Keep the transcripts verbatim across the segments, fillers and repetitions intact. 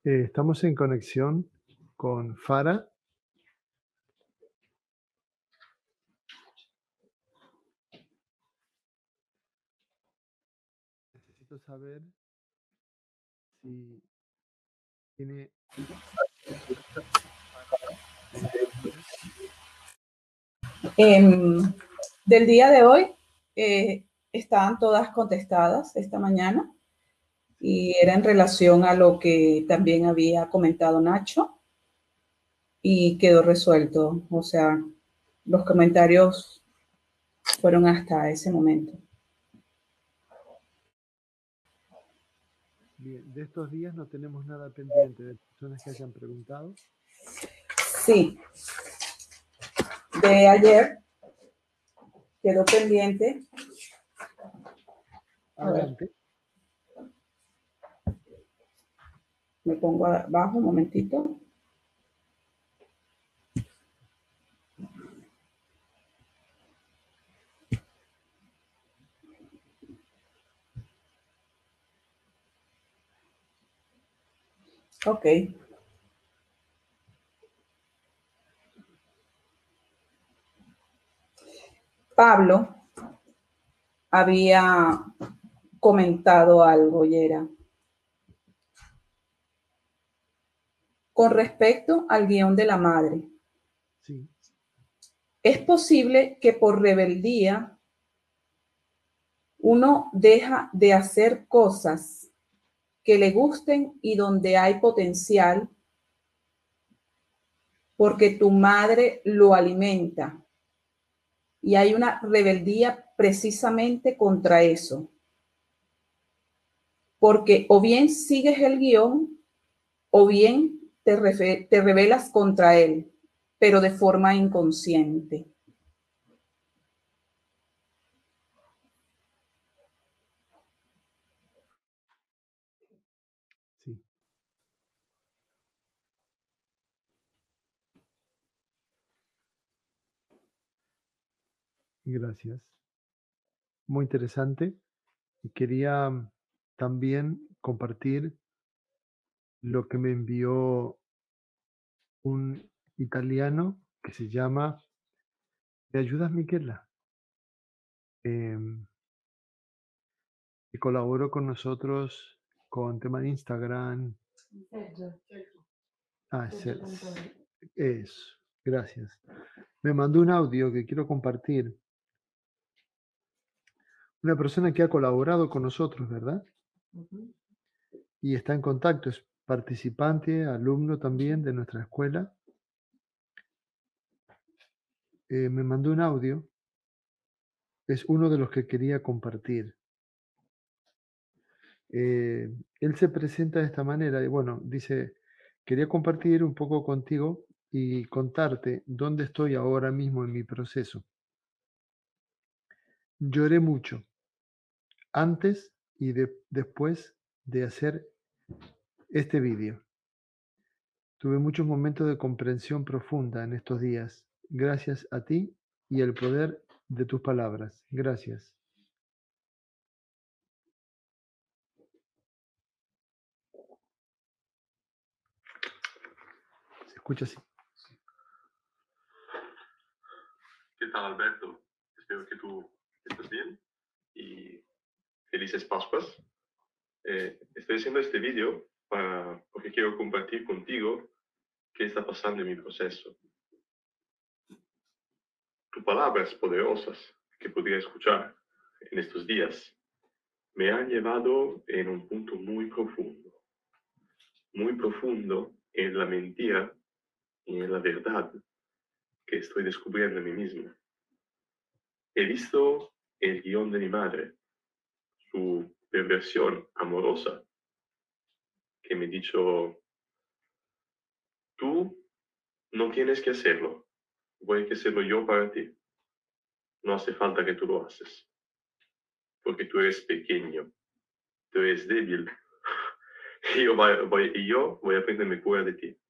Eh, estamos en conexión con Farah. Necesito saber si tiene preguntas. Em, del día de hoy eh, estaban todas contestadas esta mañana y era en relación a lo que también había comentado Nacho y quedó resuelto. O sea, los comentarios fueron hasta ese momento. Bien, de estos días no tenemos nada pendiente de personas que hayan preguntado. Sí, de ayer quedó pendiente. A ver, Adelante. me pongo abajo un momentito. Ok. Pablo había comentado algo, Yera, con respecto al guión de la madre. Sí. Es posible que por rebeldía uno deja de hacer cosas que le gusten y donde hay potencial porque tu madre lo alimenta. Y hay una rebeldía precisamente contra eso. Porque o bien sigues el guión o bien te, te rebelas contra él, pero de forma inconsciente. Sí. Gracias. Muy interesante. Y quería también compartir lo que me envió un italiano que se llama ¿Me ayudas, Miquela? Eh, que colaboró con nosotros con tema de Instagram. Ah, eso. Gracias. Me mandó un audio que quiero compartir. Una persona que ha colaborado con nosotros, ¿verdad? Uh-huh. Y está en contacto, es participante, alumno también de nuestra escuela. Eh, me mandó un audio. Es uno de los que quería compartir. Eh, él se presenta de esta manera y bueno, dice, quería compartir un poco contigo y contarte dónde estoy ahora mismo en mi proceso. Lloré mucho antes y de, después de hacer este vídeo. Tuve muchos momentos de comprensión profunda en estos días, gracias a ti y el poder de tus palabras. Gracias. Se escucha así. ¿Qué tal, Alberto? Espero que tú estés bien y felices Pascuas. Eh, estoy haciendo este vídeo para, porque quiero compartir contigo qué está pasando en mi proceso. Tus palabras poderosas que podría escuchar en estos días me han llevado en un punto muy profundo, muy profundo en la mentira y en la verdad que estoy descubriendo en mí mismo. He visto el guión de mi madre, su perversión amorosa, que me ha dicho, tú no tienes que hacerlo, voy a hacerlo yo para ti. No hace falta que tú lo haces, porque tú eres pequeño, tú eres débil, y yo voy, voy, y yo voy a aprenderme cura de ti.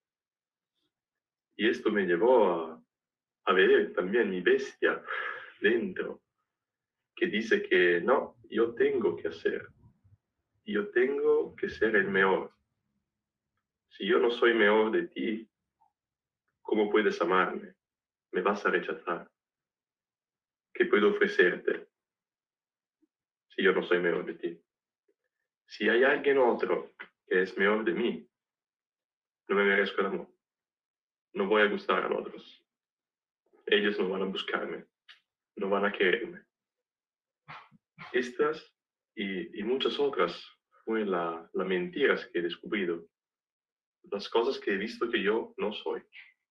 Y esto me llevó a, a ver también mi bestia dentro, que dice que no, yo tengo que hacer, yo tengo que ser el mejor, Si yo no soy mejor de ti, ¿cómo puedes amarme? ¿Me vas a rechazar? ¿Qué puedo ofrecerte si yo no soy mejor de ti? Si hay alguien otro que es mejor de mí, no me merezco el amor. No voy a gustar a otros. Ellos no van a buscarme, no van a quererme. Estas y, y muchas otras fueron la, las mentiras que he descubierto, las cosas que he visto que yo no soy.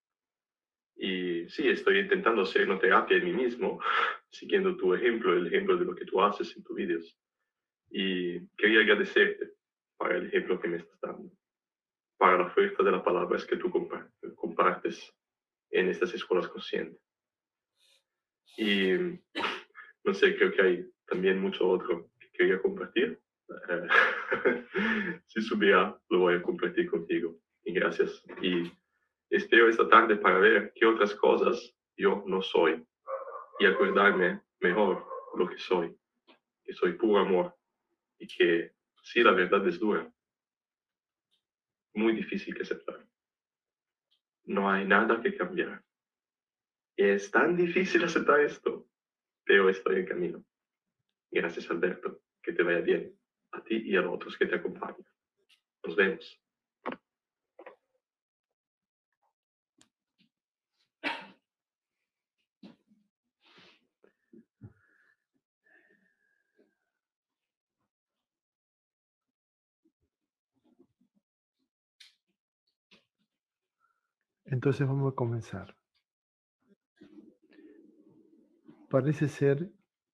Y sí, estoy intentando hacer una terapia en mí mismo, siguiendo tu ejemplo, el ejemplo de lo que tú haces en tus vídeos. Y quería agradecerte para el ejemplo que me estás dando, para la fuerza de las palabras que tú compartes en estas escuelas conscientes. Y no sé, creo que hay también mucho otro que quería compartir. Eh, si subiera, lo voy a compartir contigo. Y gracias. Y espero esta tarde para ver qué otras cosas yo no soy y acordarme mejor lo que soy, que soy puro amor y que sí, la verdad es dura, muy difícil que aceptar. No hay nada que cambiar. Es tan difícil aceptar esto, pero estoy en camino. Gracias, Alberto. Que te vaya bien. A ti y a los otros que te acompañan. Nos vemos. Entonces vamos a comenzar. Parece ser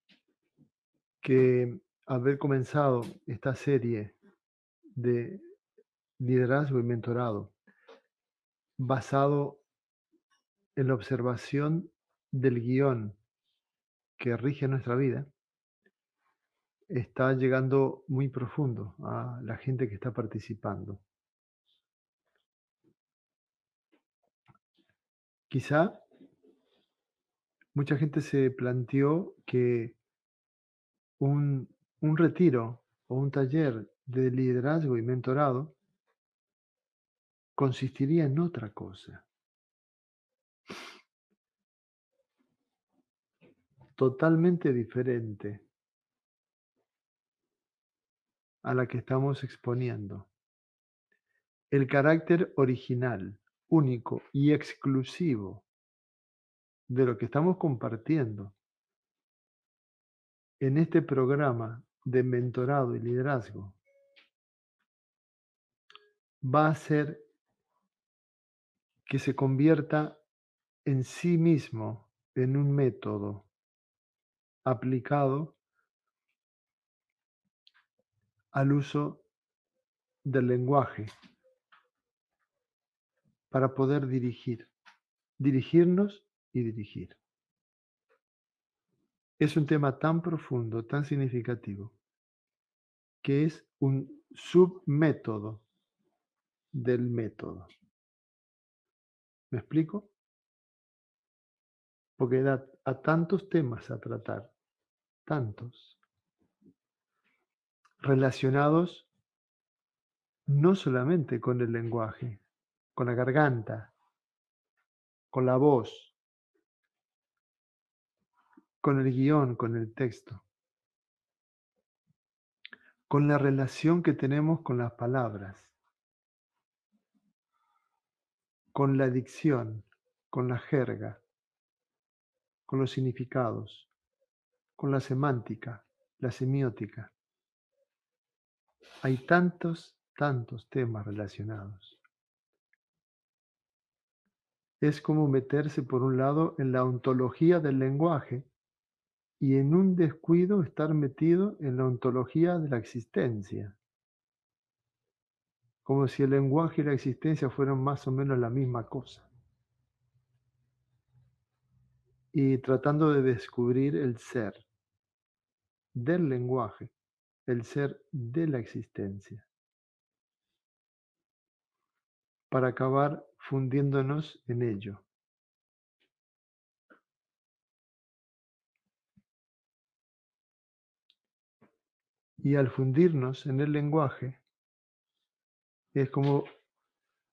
que haber comenzado esta serie de liderazgo y mentorado basado en la observación del guión que rige nuestra vida, está llegando muy profundo a la gente que está participando. Quizá mucha gente se planteó que un, un retiro o un taller de liderazgo y mentorado consistiría en otra cosa, totalmente diferente a la que estamos exponiendo. El carácter original, único y exclusivo de lo que estamos compartiendo en este programa de mentorado y liderazgo va a ser que se convierta en sí mismo en un método aplicado al uso del lenguaje para poder dirigir, dirigirnos y dirigir. Es un tema tan profundo, tan significativo, que es un submétodo del método. ¿Me explico? Porque da a tantos temas a tratar, tantos, relacionados no solamente con el lenguaje, con la garganta, con la voz, con el guión, con el texto, con la relación que tenemos con las palabras, con la dicción, con la jerga, con los significados, con la semántica, la semiótica. Hay tantos, tantos temas relacionados. Es como meterse, por un lado, en la ontología del lenguaje y en un descuido estar metido en la ontología de la existencia. Como si el lenguaje y la existencia fueran más o menos la misma cosa. Y tratando de descubrir el ser del lenguaje, el ser de la existencia, para acabar fundiéndonos en ello. Y al fundirnos en el lenguaje, es como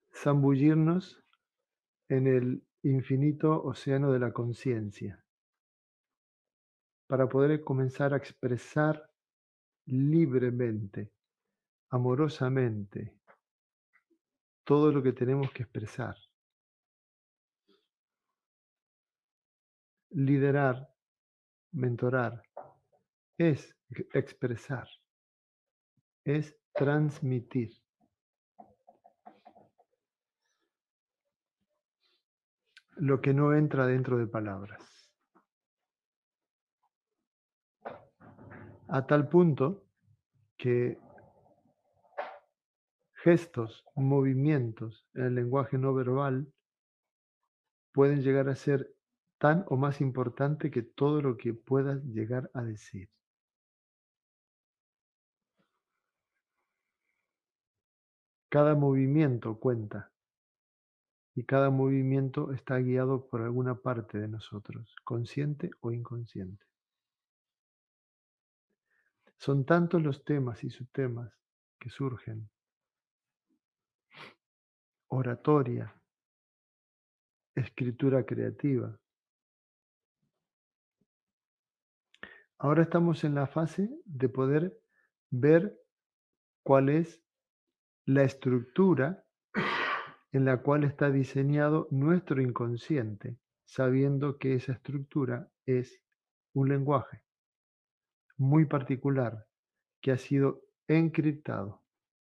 zambullirnos en el infinito océano de la conciencia para poder comenzar a expresar libremente, amorosamente, todo lo que tenemos que expresar. Liderar, mentorar, es expresar, es transmitir. Lo que no entra dentro de palabras. A tal punto que gestos, movimientos en el lenguaje no verbal pueden llegar a ser tan o más importante que todo lo que puedas llegar a decir. Cada movimiento cuenta y cada movimiento está guiado por alguna parte de nosotros, consciente o inconsciente. Son tantos los temas y subtemas que surgen. Oratoria, escritura creativa. Ahora estamos en la fase de poder ver cuál es la estructura en la cual está diseñado nuestro inconsciente, sabiendo que esa estructura es un lenguaje muy particular que ha sido encriptado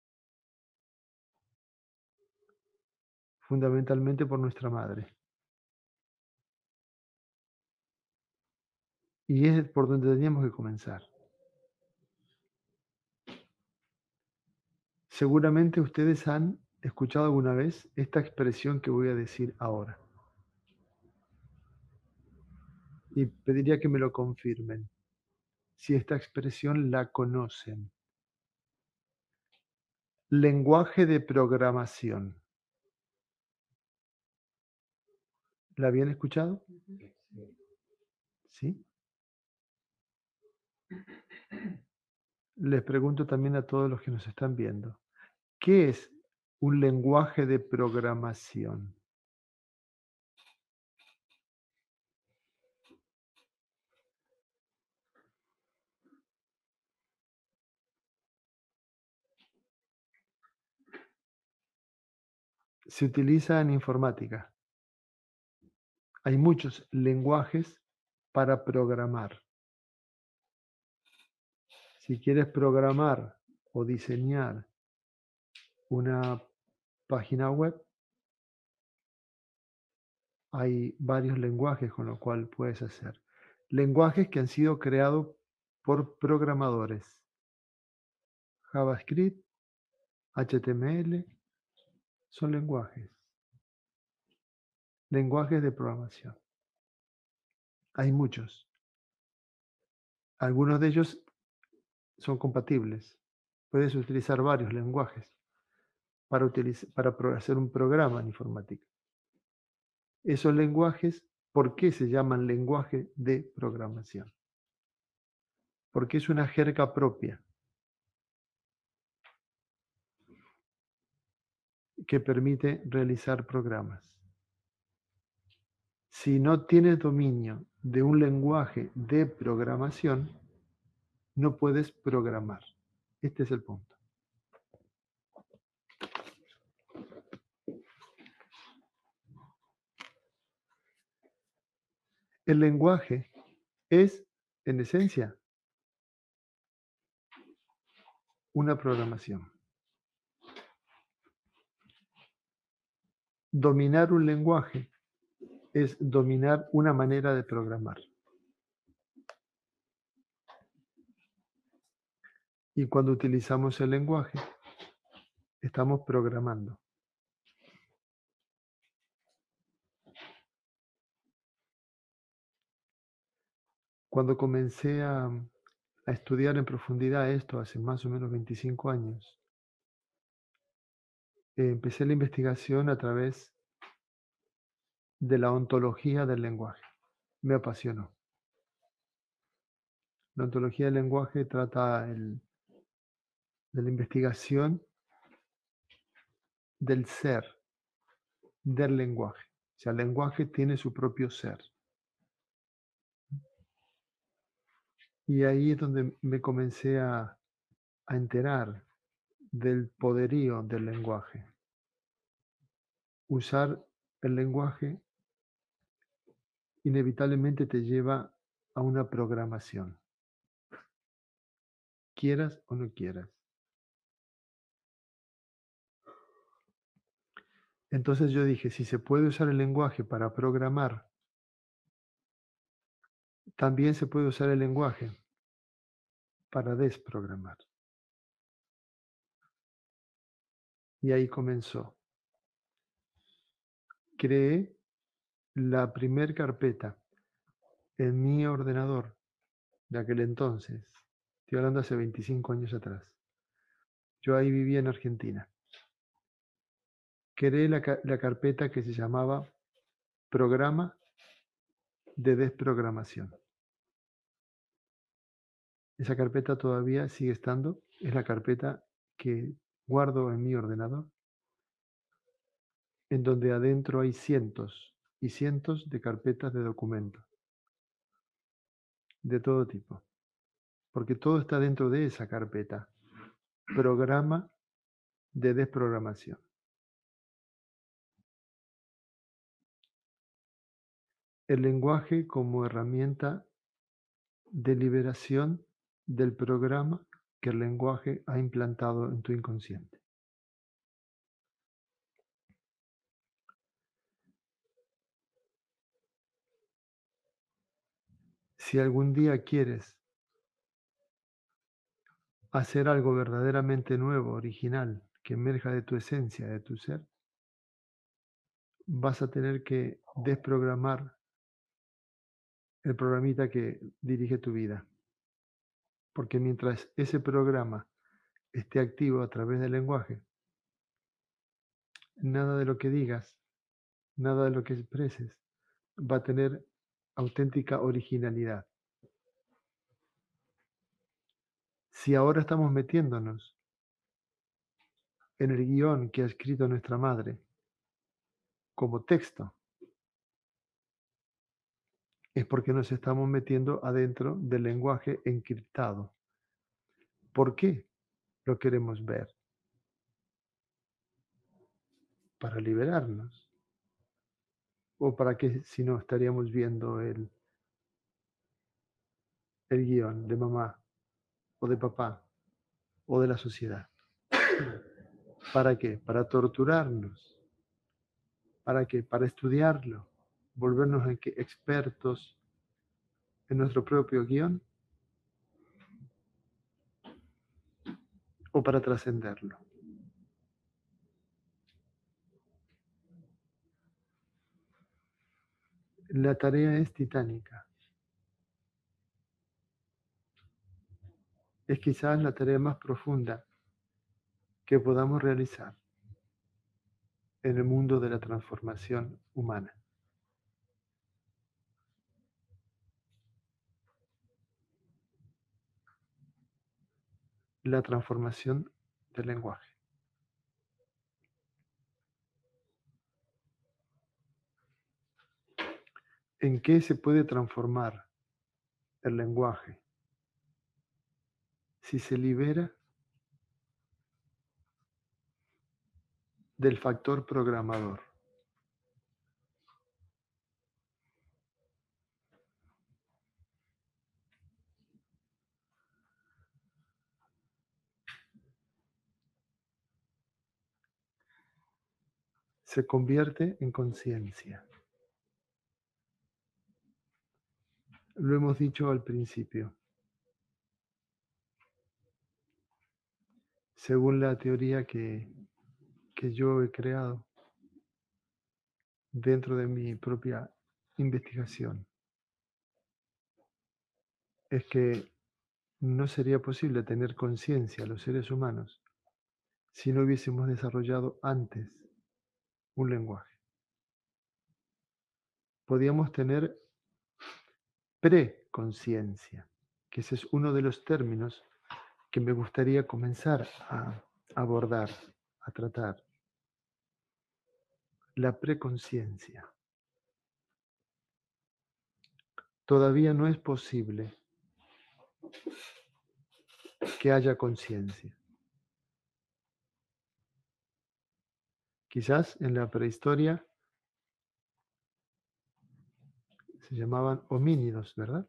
fundamentalmente por nuestra madre. Y es por donde teníamos que comenzar. Seguramente ustedes han escuchado alguna vez esta expresión que voy a decir ahora. Y pediría que me lo confirmen, si esta expresión la conocen. Lenguaje de programación. ¿La habían escuchado? ¿Sí? Les pregunto también a todos los que nos están viendo, ¿qué es un lenguaje de programación? Se utiliza en informática. Hay muchos lenguajes para programar. Si quieres programar o diseñar una página web, hay varios lenguajes con los cuales puedes hacer. Lenguajes que han sido creados por programadores. JavaScript, H T M L, son lenguajes. Lenguajes de programación. Hay muchos. Algunos de ellos son compatibles. Puedes utilizar varios lenguajes para, utilizar, para hacer un programa en informática. Esos lenguajes, ¿por qué se llaman lenguaje de programación? Porque es una jerga propia que permite realizar programas. Si no tienes dominio de un lenguaje de programación, no puedes programar. Este es el punto. El lenguaje es, en esencia, una programación. Dominar un lenguaje es dominar una manera de programar. Y cuando utilizamos el lenguaje, estamos programando. Cuando comencé a, a estudiar en profundidad esto, hace más o menos veinticinco años, eh, empecé la investigación a través de la ontología del lenguaje. Me apasionó. La ontología del lenguaje trata el, de la investigación del ser del lenguaje. O sea, el lenguaje tiene su propio ser. Y ahí es donde me comencé a, a enterar del poderío del lenguaje. Usar el lenguaje inevitablemente te lleva a una programación, quieras o no quieras. Entonces yo dije, si se puede usar el lenguaje para programar, también se puede usar el lenguaje para desprogramar. Y ahí comenzó. Creé la primer carpeta en mi ordenador de aquel entonces. Estoy hablando hace veinticinco años atrás. Yo ahí vivía en Argentina. Creé la, la carpeta que se llamaba Programa de Desprogramación. Esa carpeta todavía sigue estando. Es la carpeta que guardo en mi ordenador, en donde adentro hay cientos y cientos de carpetas de documentos, de todo tipo. Porque todo está dentro de esa carpeta. Programa de desprogramación. El lenguaje como herramienta de liberación del programa que el lenguaje ha implantado en tu inconsciente. Si algún día quieres hacer algo verdaderamente nuevo, original, que emerja de tu esencia, de tu ser, vas a tener que desprogramar el programita que dirige tu vida. Porque mientras ese programa esté activo a través del lenguaje, nada de lo que digas, nada de lo que expreses va a tener auténtica originalidad. Si ahora estamos metiéndonos en el guión que ha escrito nuestra madre como texto, es porque nos estamos metiendo adentro del lenguaje encriptado. ¿Por qué lo queremos ver? Para liberarnos. ¿O para qué si no estaríamos viendo el, el guión de mamá o de papá o de la sociedad? ¿Para qué? Para torturarnos. ¿Para qué? Para estudiarlo, volvernos expertos en nuestro propio guión, o para trascenderlo. La tarea es titánica. Es quizás la tarea más profunda que podamos realizar en el mundo de la transformación humana. La transformación del lenguaje. ¿En qué se puede transformar el lenguaje? Si se libera del factor programador. Se convierte en conciencia. Lo hemos dicho al principio. Según la teoría que, que yo he creado dentro de mi propia investigación, es que no sería posible tener conciencia los seres humanos si no hubiésemos desarrollado antes un lenguaje. Podíamos tener preconciencia, que ese es uno de los términos que me gustaría comenzar a abordar, a tratar. la preconciencia. Todavía no es posible que haya conciencia. Quizás en la prehistoria se llamaban homínidos, ¿verdad?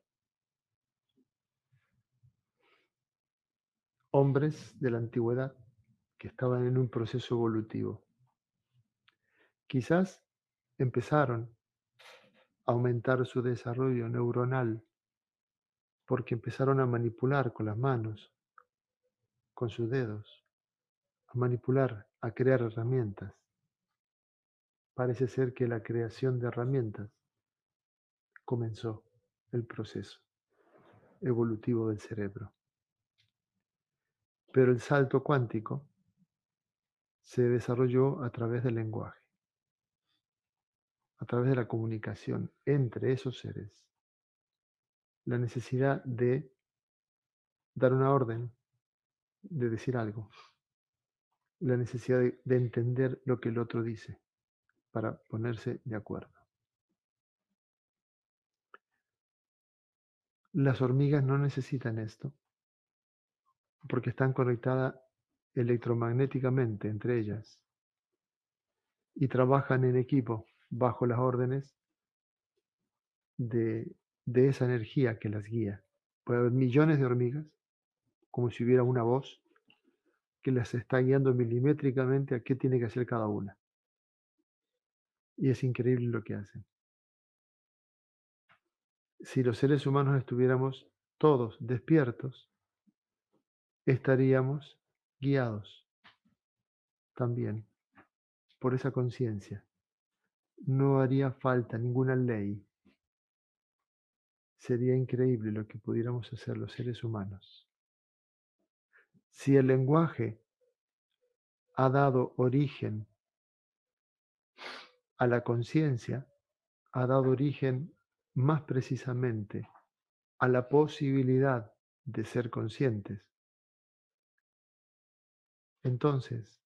Hombres de la antigüedad que estaban en un proceso evolutivo. Quizás empezaron a aumentar su desarrollo neuronal porque empezaron a manipular con las manos, con sus dedos, a manipular, a crear herramientas. Parece ser que la creación de herramientas comenzó el proceso evolutivo del cerebro. Pero el salto cuántico se desarrolló a través del lenguaje, a través de la comunicación entre esos seres. La necesidad de dar una orden, de decir algo, la necesidad de, de entender lo que el otro dice para ponerse de acuerdo. Las hormigas no necesitan esto porque están conectadas electromagnéticamente entre ellas y trabajan en equipo bajo las órdenes de, de esa energía que las guía. Puede haber millones de hormigas, como si hubiera una voz que las está guiando milimétricamente a qué tiene que hacer cada una. Y es increíble lo que hacen. Si los seres humanos estuviéramos todos despiertos, estaríamos guiados también por esa conciencia. No haría falta ninguna ley. Sería increíble lo que pudiéramos hacer los seres humanos. Si el lenguaje ha dado origen a la conciencia, ha dado origen más precisamente a la posibilidad de ser conscientes. Entonces,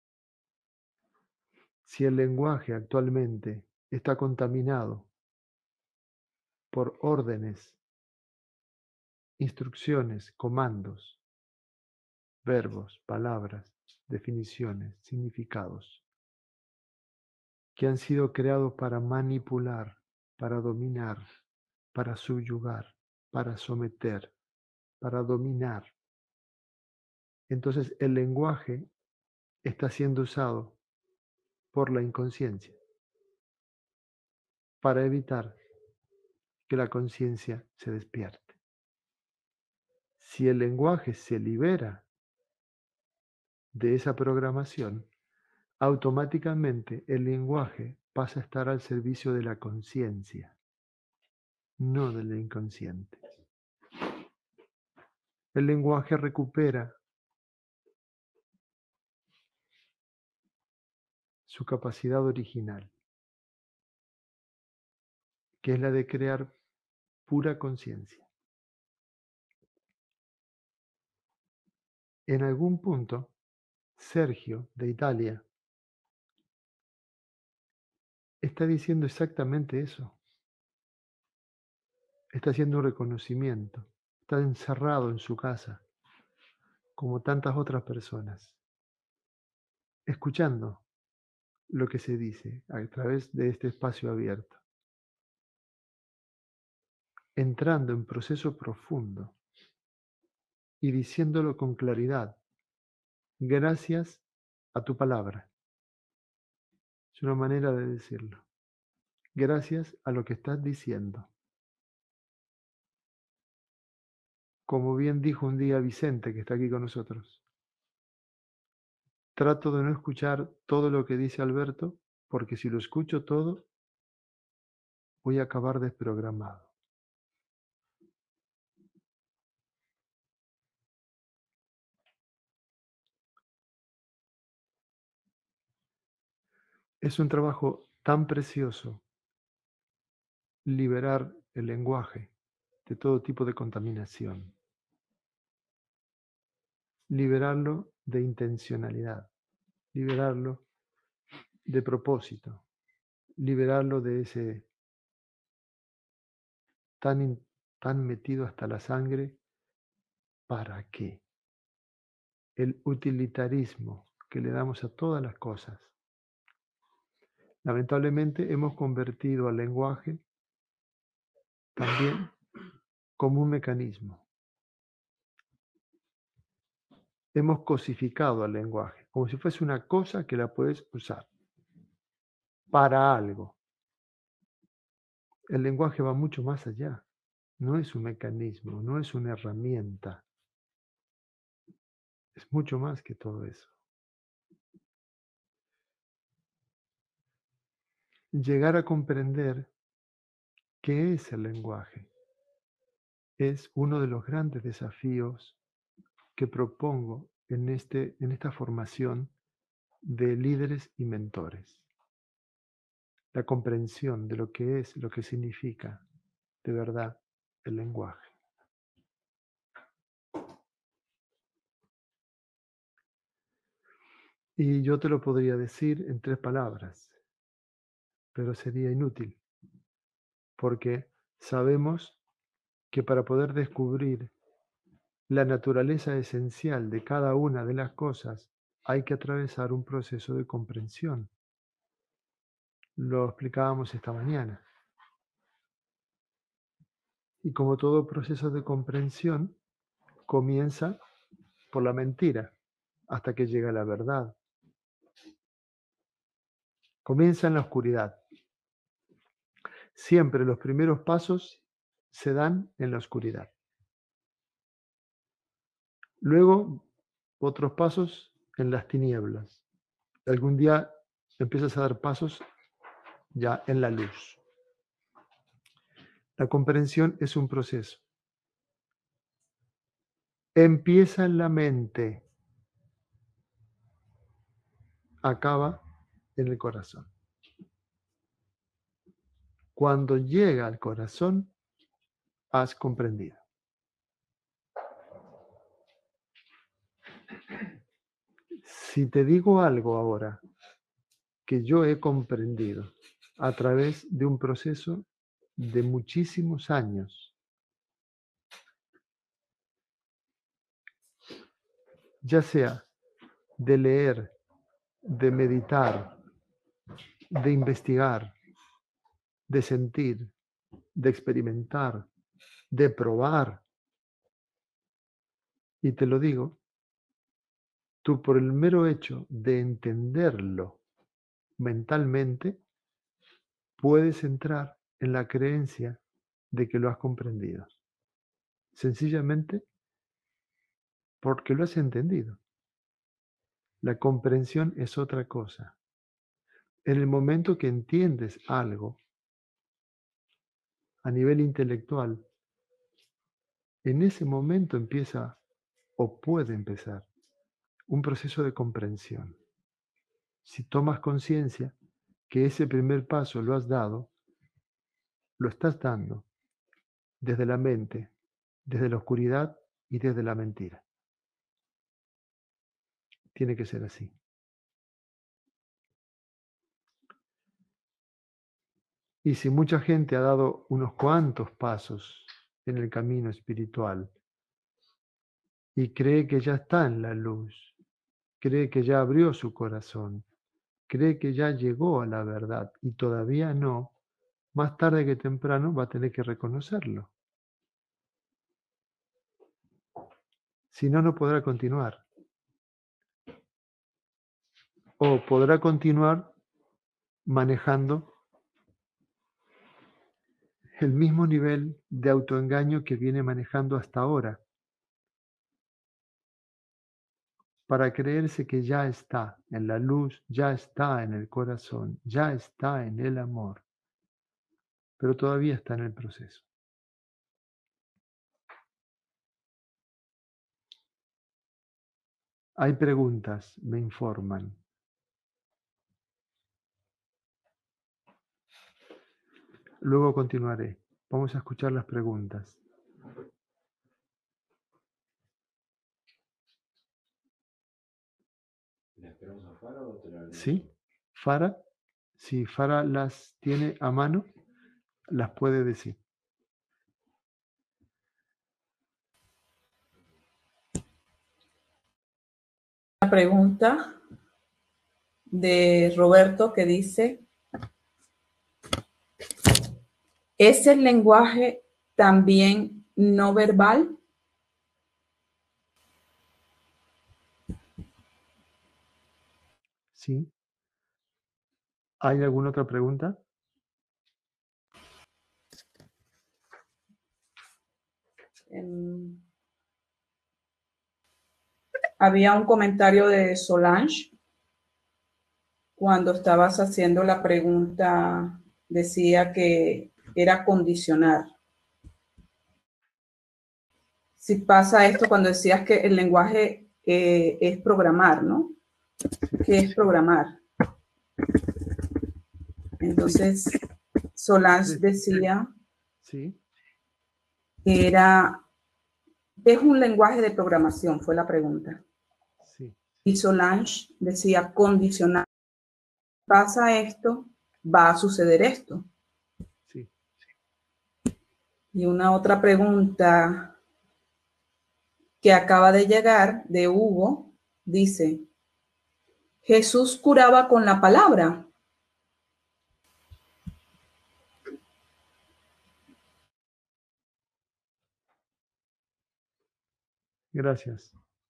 si el lenguaje actualmente está contaminado por órdenes, instrucciones, comandos, verbos, palabras, definiciones, significados, que han sido creados para manipular, para dominar, para subyugar, para someter, para dominar. Entonces el lenguaje está siendo usado por la inconsciencia para evitar que la conciencia se despierte. Si el lenguaje se libera de esa programación, automáticamente el lenguaje pasa a estar al servicio de la conciencia, no del inconsciente. El lenguaje recupera su capacidad original, que es la de crear pura conciencia. En algún punto, Sergio, de Italia, está diciendo exactamente eso. Está haciendo un reconocimiento. Está encerrado en su casa, como tantas otras personas, escuchando lo que se dice a través de este espacio abierto, entrando en proceso profundo y diciéndolo con claridad, gracias a tu palabra. Es una manera de decirlo. Gracias a lo que estás diciendo. Como bien dijo un día Vicente, que está aquí con nosotros, trato de no escuchar todo lo que dice Alberto, porque si lo escucho todo, voy a acabar desprogramado. Es un trabajo tan precioso liberar el lenguaje de todo tipo de contaminación. Liberarlo de intencionalidad, liberarlo de propósito, liberarlo de ese tan, in- tan metido hasta la sangre. ¿Para qué? El utilitarismo que le damos a todas las cosas. Lamentablemente hemos convertido al lenguaje también como un mecanismo. Hemos cosificado al lenguaje, como si fuese una cosa que la puedes usar para algo. El lenguaje va mucho más allá. No es un mecanismo, no es una herramienta. Es mucho más que todo eso. Llegar a comprender qué es el lenguaje es uno de los grandes desafíos que propongo en, este, en esta formación de líderes y mentores. La comprensión de lo que es, lo que significa de verdad el lenguaje. Y yo te lo podría decir en tres palabras, pero sería inútil, porque sabemos que para poder descubrir la naturaleza esencial de cada una de las cosas hay que atravesar un proceso de comprensión. Lo explicábamos esta mañana. Y como todo proceso de comprensión, comienza por la mentira hasta que llega la verdad. Comienza en la oscuridad. Siempre los primeros pasos se dan en la oscuridad. Luego, otros pasos en las tinieblas. Algún día empiezas a dar pasos ya en la luz. La comprensión es un proceso. Empieza en la mente, acaba en el corazón. Cuando llega al corazón, has comprendido. Si te digo algo ahora que yo he comprendido a través de un proceso de muchísimos años, ya sea de leer, de meditar, de investigar, de sentir, de experimentar, de probar, y te lo digo, tú por el mero hecho de entenderlo mentalmente, puedes entrar en la creencia de que lo has comprendido. Sencillamente porque lo has entendido. La comprensión es otra cosa. En el momento que entiendes algo a nivel intelectual, en ese momento empieza o puede empezar un proceso de comprensión. Si tomas conciencia que ese primer paso lo has dado, lo estás dando desde la mente, desde la oscuridad y desde la mentira. Tiene que ser así. Y si mucha gente ha dado unos cuantos pasos en el camino espiritual y cree que ya está en la luz, cree que ya abrió su corazón, cree que ya llegó a la verdad y todavía no, más tarde que temprano va a tener que reconocerlo. Si no, no podrá continuar. O podrá continuar manejando el mismo nivel de autoengaño que viene manejando hasta ahora, para creerse que ya está en la luz, ya está en el corazón, ya está en el amor, pero todavía está en el proceso. Hay preguntas, me informan. Luego continuaré. Vamos a escuchar las preguntas. ¿La esperamos a Fara o te la lees? ¿Sí? ¿Fara? Si Farah las tiene a mano, las puede decir. La pregunta de Roberto que dice, ¿es el lenguaje también no verbal? ¿Sí? ¿Hay alguna otra pregunta? Um, había un comentario de Solange cuando estabas haciendo la pregunta, decía que era condicionar. Si pasa esto cuando decías que el lenguaje eh, es programar, ¿no? ¿Qué es programar? Entonces, Solange decía Sí. que era, ¿qué es un lenguaje de programación? Fue la pregunta. Sí. Y Solange decía, condicionar. Pasa esto, va a suceder esto. Sí. Y una otra pregunta que acaba de llegar de Hugo, dice, ¿Jesús curaba con la palabra? Gracias.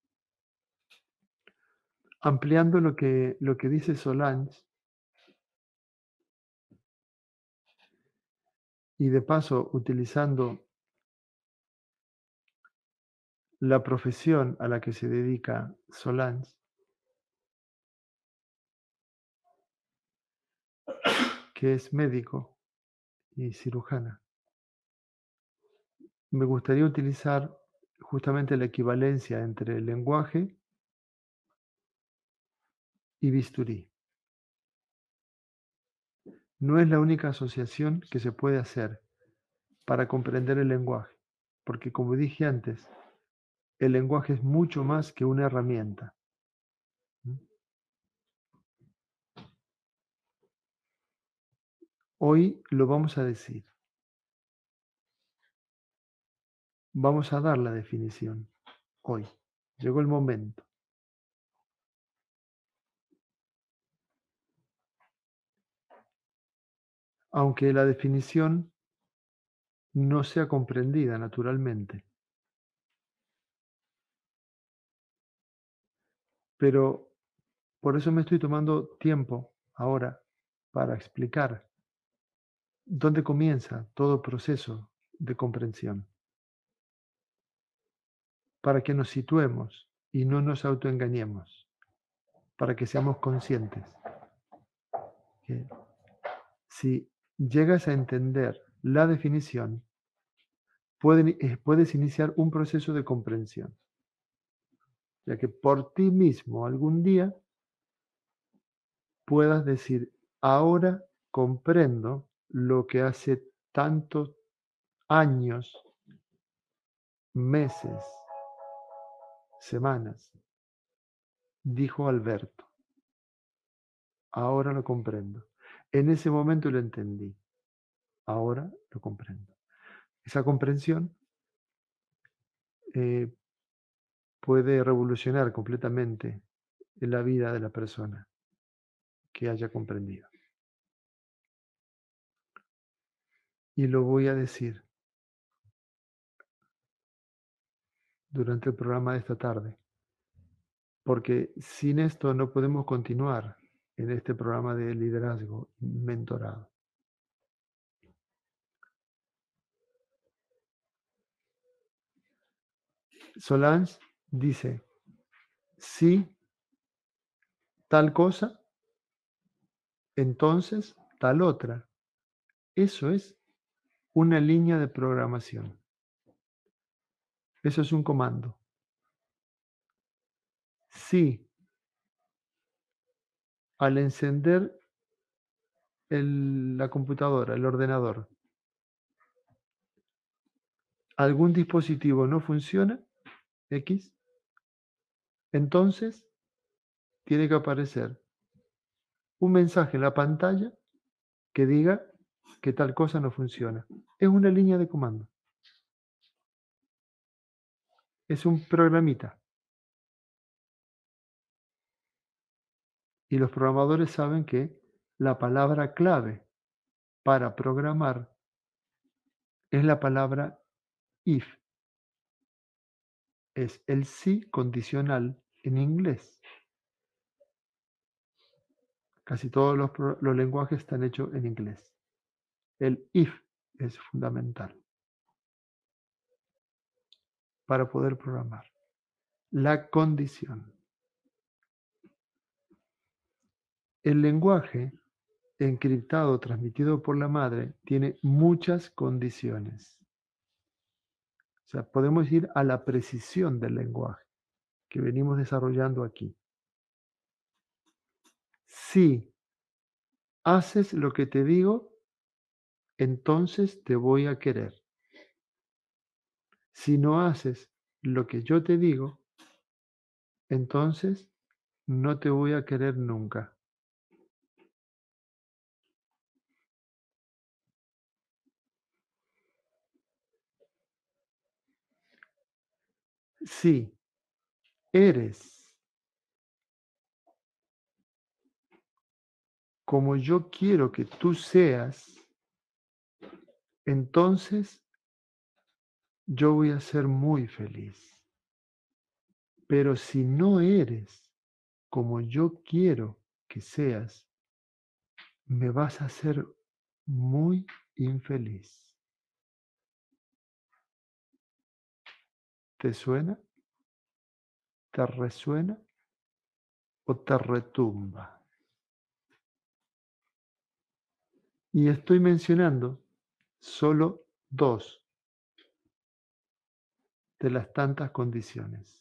Ampliando lo que, lo que dice Solange, y de paso utilizando la profesión a la que se dedica Solange, que es médico y cirujana, me gustaría utilizar justamente la equivalencia entre lenguaje y bisturí. No es la única asociación que se puede hacer para comprender el lenguaje, porque como dije antes, el lenguaje es mucho más que una herramienta. Hoy lo vamos a decir. Vamos a dar la definición. Hoy. Llegó el momento. Aunque la definición no sea comprendida naturalmente. Pero por eso me estoy tomando tiempo ahora para explicar dónde comienza todo proceso de comprensión. Para que nos situemos y no nos autoengañemos. Para que seamos conscientes que si llegas a entender la definición, puedes iniciar un proceso de comprensión. Ya que por ti mismo algún día puedas decir, ahora comprendo lo que hace tantos años, meses, semanas, dijo Alberto. Ahora lo comprendo. En ese momento lo entendí. Ahora lo comprendo. Esa comprensión eh, puede revolucionar completamente la vida de la persona que haya comprendido. Y lo voy a decir durante el programa de esta tarde, porque sin esto no podemos continuar en este programa de liderazgo mentorado. Solange dice, si tal cosa, entonces tal otra. Eso es una línea de programación. Eso es un comando. Si al encender el, la computadora, el ordenador, algún dispositivo no funciona, X, entonces tiene que aparecer un mensaje en la pantalla que diga que tal cosa no funciona. Es una línea de comando. Es un programita. Y los programadores saben que la palabra clave para programar es la palabra if. Es el sí condicional en inglés. Casi todos los, pro- los lenguajes están hechos en inglés. El if es fundamental para poder programar. La condición. El lenguaje encriptado transmitido por la madre tiene muchas condiciones. O sea, podemos ir a la precisión del lenguaje que venimos desarrollando aquí. Si haces lo que te digo, entonces te voy a querer. Si no haces lo que yo te digo, entonces no te voy a querer nunca. Si eres como yo quiero que tú seas, entonces yo voy a ser muy feliz. Pero si no eres como yo quiero que seas, me vas a hacer muy infeliz. ¿Te suena? ¿Te resuena o te retumba? Y estoy mencionando solo dos de las tantas condiciones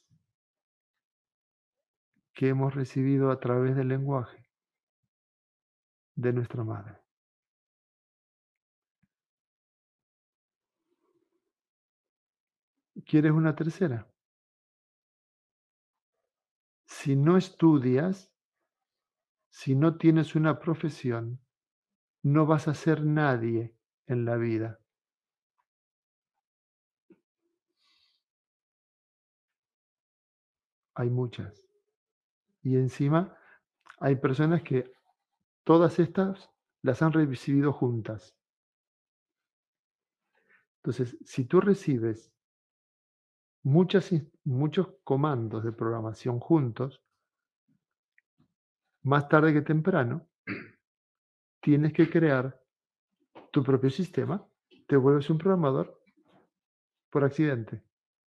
que hemos recibido a través del lenguaje de nuestra madre. ¿Quieres una tercera? Si no estudias, si no tienes una profesión, no vas a ser nadie en la vida. Hay muchas. Y encima hay personas que todas estas las han recibido juntas. Entonces, si tú recibes muchas, ins- muchos comandos de programación juntos, más tarde que temprano, tienes que crear tu propio sistema. Te vuelves un programador por accidente.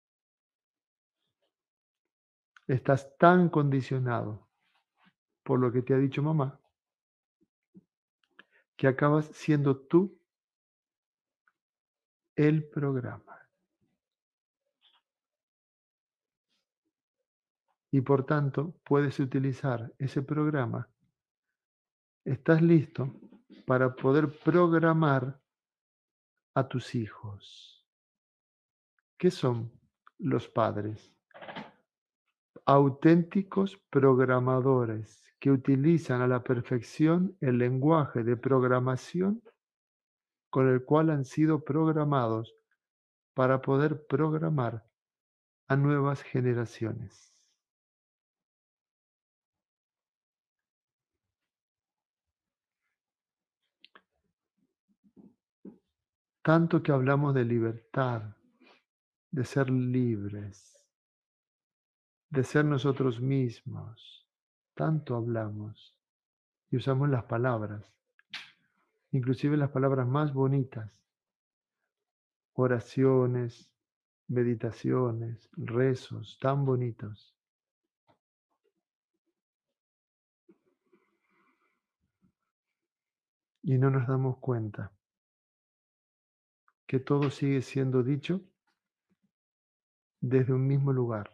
Estás tan condicionado por lo que te ha dicho mamá que acabas siendo tú el programa. Y por tanto, puedes utilizar ese programa. Estás listo para poder programar a tus hijos. ¿Qué son los padres? Auténticos programadores que utilizan a la perfección el lenguaje de programación con el cual han sido programados para poder programar a nuevas generaciones. Tanto que hablamos de libertad, de ser libres, de ser nosotros mismos. Tanto hablamos y usamos las palabras, inclusive las palabras más bonitas, oraciones, meditaciones, rezos tan bonitos. Y no nos damos cuenta que todo sigue siendo dicho desde un mismo lugar.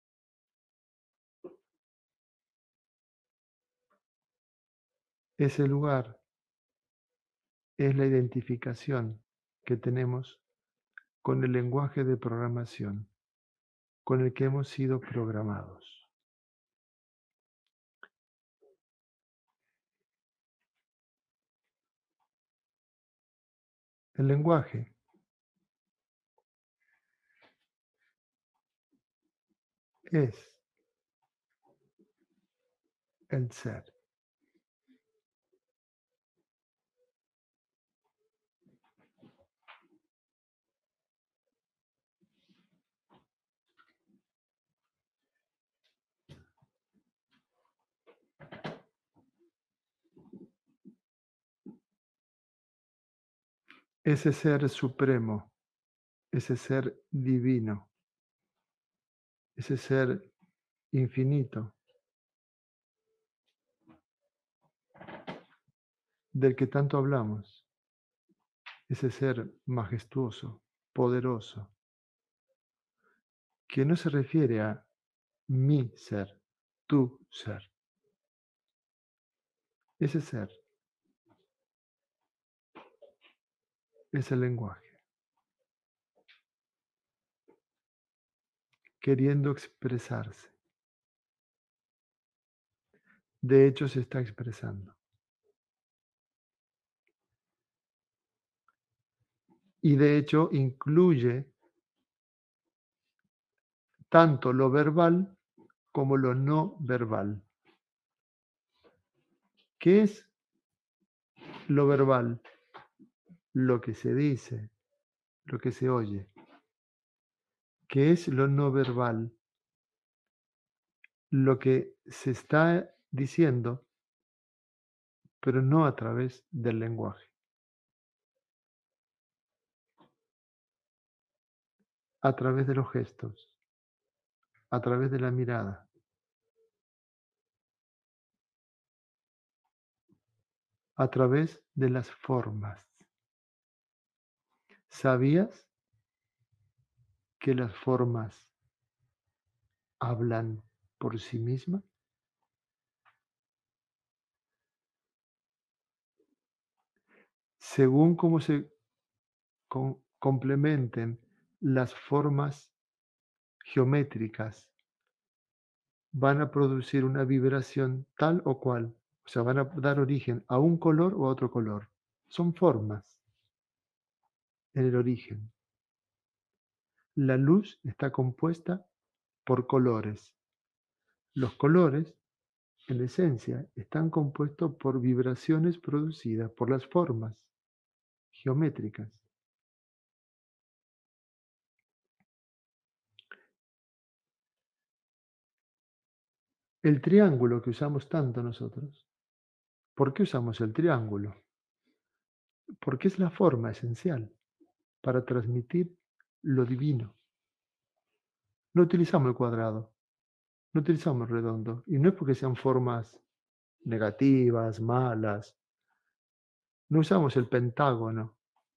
Ese lugar es la identificación que tenemos con el lenguaje de programación con el que hemos sido programados. El lenguaje es el ser. Ese ser supremo, ese ser divino, ese ser infinito, del que tanto hablamos, ese ser majestuoso, poderoso, que no se refiere a mi ser, tu ser. Ese ser es el lenguaje, queriendo expresarse. De hecho, se está expresando. Y de hecho, incluye tanto lo verbal como lo no verbal. ¿Qué es lo verbal? Lo que se dice, lo que se oye. ¿Qué es lo no verbal? Lo que se está diciendo, pero no a través del lenguaje. A través de los gestos, a través de la mirada, a través de las formas. ¿Sabías que las formas hablan por sí mismas? Según cómo se con- complementen las formas geométricas, van a producir una vibración tal o cual, o sea, van a dar origen a un color o a otro color. Son formas en el origen. La luz está compuesta por colores. Los colores, en esencia, están compuestos por vibraciones producidas por las formas geométricas. El triángulo que usamos tanto nosotros, ¿por qué usamos el triángulo? Porque es la forma esencial para transmitir lo divino. No utilizamos el cuadrado, no utilizamos el redondo. Y no es porque sean formas negativas, malas. No usamos el pentágono,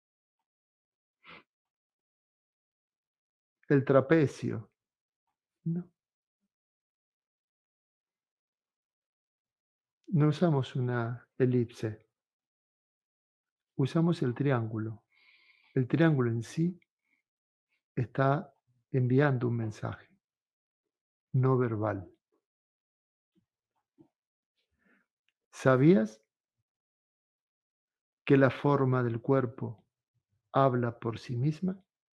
el trapecio. No. No usamos una elipse. Usamos el triángulo. El triángulo en sí está enviando un mensaje no verbal. ¿Sabías que la forma del cuerpo habla por sí misma?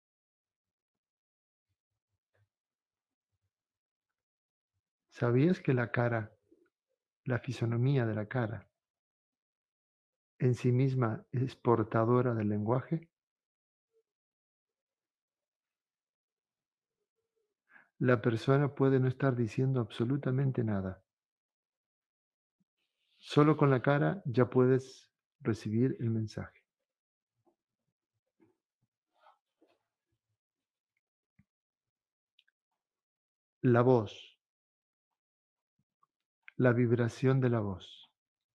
¿Sabías que la cara, la fisonomía de la cara, en sí misma es portadora del lenguaje? La persona puede no estar diciendo absolutamente nada. Solo con la cara ya puedes recibir el mensaje. La voz, la vibración de la voz.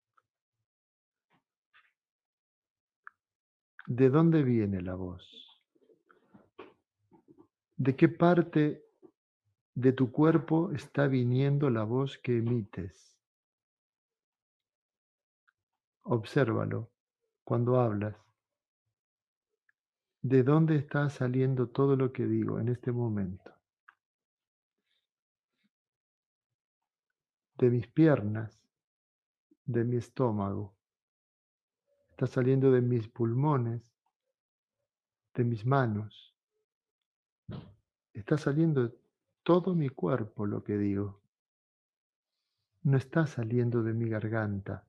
¿De dónde viene la voz? ¿De qué parte de tu cuerpo está viniendo la voz que emites? Obsérvalo cuando hablas. ¿De dónde está saliendo todo lo que digo en este momento? De mis piernas, de mi estómago. Está saliendo de mis pulmones, de mis manos. Está saliendo de todo mi cuerpo lo que digo. No está saliendo de mi garganta.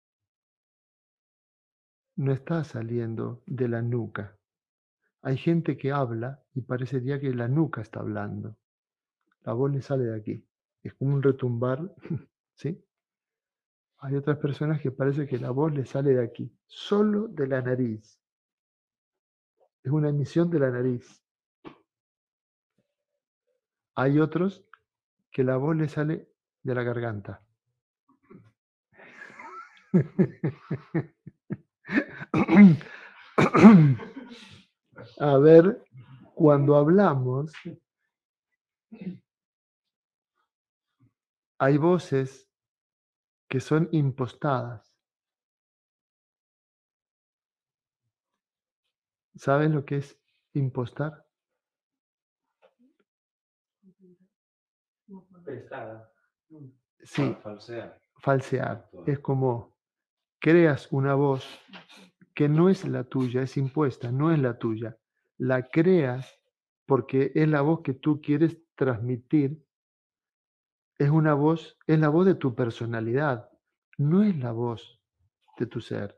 No está saliendo de la nuca. Hay gente que habla y parecería que la nuca está hablando. La voz le sale de aquí. Es como un retumbar, ¿sí? Hay otras personas que parece que la voz le sale de aquí, solo de la nariz. Es una emisión de la nariz. Hay otros que la voz le sale de la garganta. A ver, cuando hablamos, hay voces que son impostadas. ¿Saben lo que es impostar? Prestada. Sí, Falsear. falsear. Es como creas una voz que no es la tuya, es impuesta, no es la tuya. La creas porque es la voz que tú quieres transmitir. Es una voz, es la voz de tu personalidad, no es la voz de tu ser.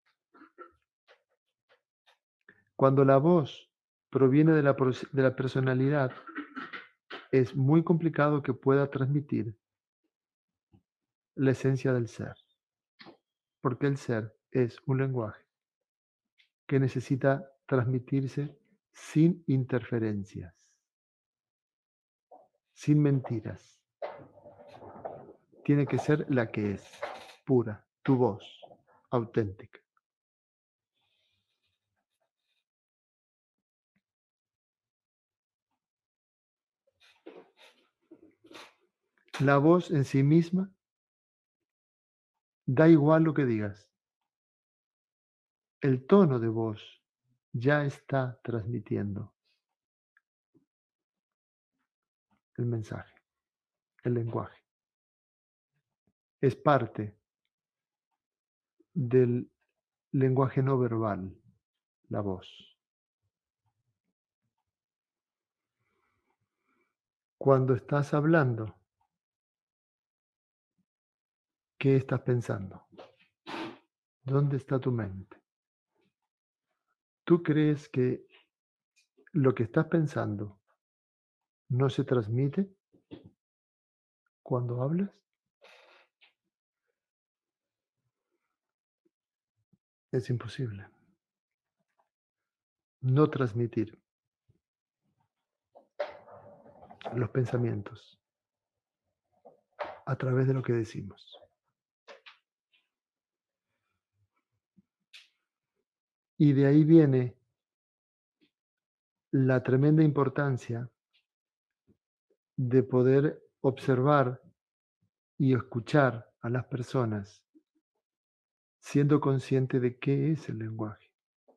Cuando la voz proviene de la, pros- de la personalidad, es muy complicado que pueda transmitir la esencia del ser, porque el ser es un lenguaje que necesita transmitirse sin interferencias, sin mentiras. Tiene que ser la que es, pura, tu voz, auténtica. La voz en sí misma da igual lo que digas. El tono de voz ya está transmitiendo el mensaje, el lenguaje. Es parte del lenguaje no verbal, la voz. Cuando estás hablando, ¿qué estás pensando? ¿Dónde está tu mente? ¿Tú crees que lo que estás pensando no se transmite cuando hablas? Es imposible no transmitir los pensamientos a través de lo que decimos. Y de ahí viene la tremenda importancia de poder observar y escuchar a las personas siendo consciente de qué es el lenguaje.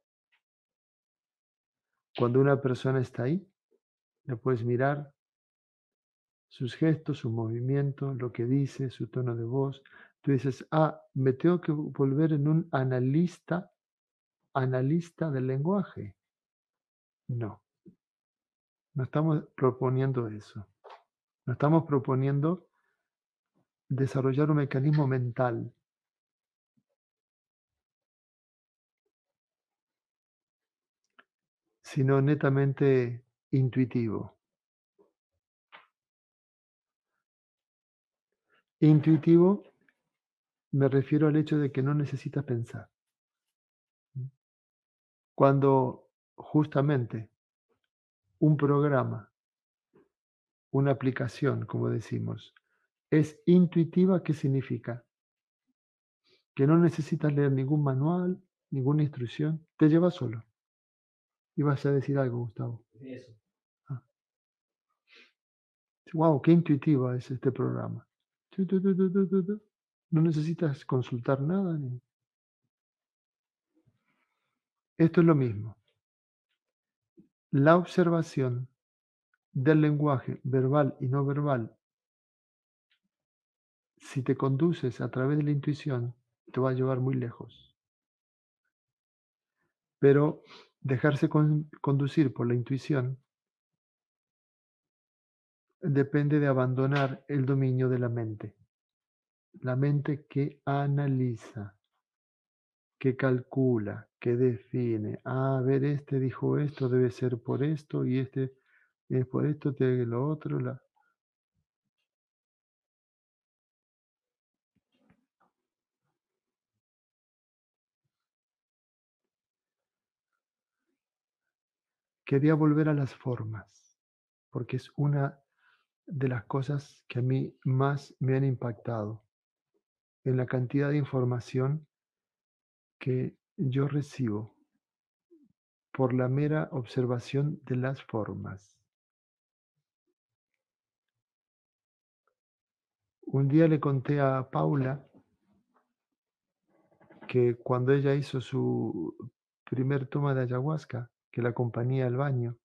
Cuando una persona está ahí, le puedes mirar sus gestos, su movimiento, lo que dice, su tono de voz. Tú dices, ah, me tengo que volver en un analista, analista del lenguaje. No, no estamos proponiendo eso. No estamos proponiendo desarrollar un mecanismo mental, sino netamente intuitivo. Intuitivo me refiero al hecho de que no necesitas pensar. Cuando justamente un programa, una aplicación, como decimos, es intuitiva, ¿qué significa? Que no necesitas leer ningún manual, ninguna instrucción, te lleva solo. Y vas a decir algo, Gustavo. Eso. Ah. Wow, qué intuitiva es este programa. Tu, tu, tu, tu, tu, tu, tu. No necesitas consultar nada. Ni... Esto es lo mismo. La observación del lenguaje verbal y no verbal, si te conduces a través de la intuición, te va a llevar muy lejos. Pero Dejarse con- conducir por la intuición depende de abandonar el dominio de la mente. La mente que analiza, que calcula, que define. Ah, a ver, este dijo esto, debe ser por esto, y este es por esto, tiene lo otro. La... Quería volver a las formas, porque es una de las cosas que a mí más me han impactado en la cantidad de información que yo recibo por la mera observación de las formas. Un día le conté a Paula que cuando ella hizo su primer toma de ayahuasca, que la acompañé al baño,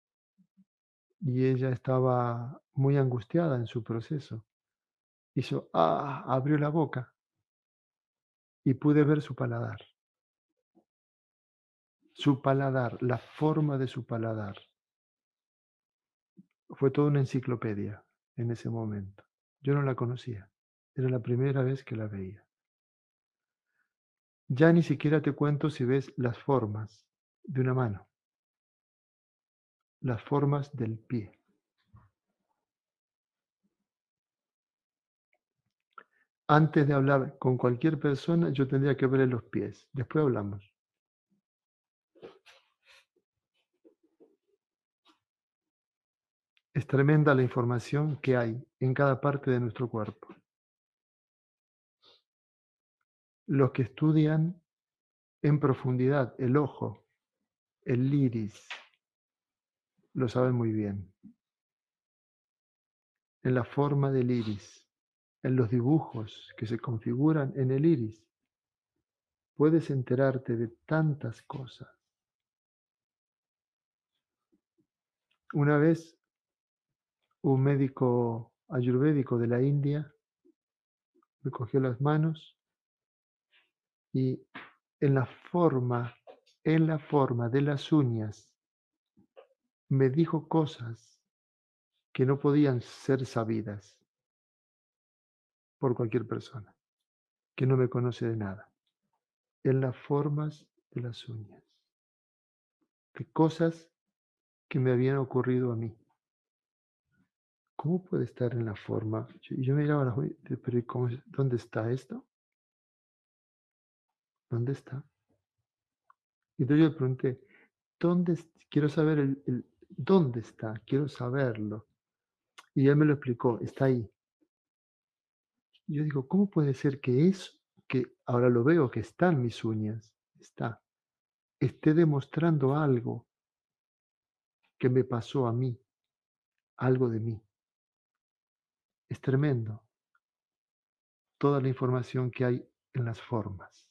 y ella estaba muy angustiada en su proceso, hizo, ah, abrió la boca y pude ver su paladar. Su paladar, la forma de su paladar. Fue toda una enciclopedia en ese momento. Yo no la conocía. Era la primera vez que la veía. Ya ni siquiera te cuento si ves las formas de una mano, las formas del pie. Antes de hablar con cualquier persona, yo tendría que ver los pies. Después hablamos. Es tremenda la información que hay en cada parte de nuestro cuerpo. Los que estudian en profundidad el ojo, el iris, lo saben muy bien. En la forma del iris, en los dibujos que se configuran en el iris, puedes enterarte de tantas cosas. Una vez, un médico ayurvédico de la India me cogió las manos y en la forma, en la forma de las uñas, me dijo cosas que no podían ser sabidas por cualquier persona que no me conoce de nada. En las formas de las uñas, de cosas que me habían ocurrido a mí. ¿Cómo puede estar en la forma? Yo, yo miraba las uñas, pero ¿cómo, ¿dónde está esto? ¿Dónde está? Y entonces yo le pregunté, ¿dónde? Quiero saber el, el, dónde está, quiero saberlo. Y él me lo explicó, está ahí. Y yo digo, ¿cómo puede ser que eso, que ahora lo veo, que está en mis uñas, está, esté demostrando algo que me pasó a mí, algo de mí? Es tremendo toda la información que hay en las formas.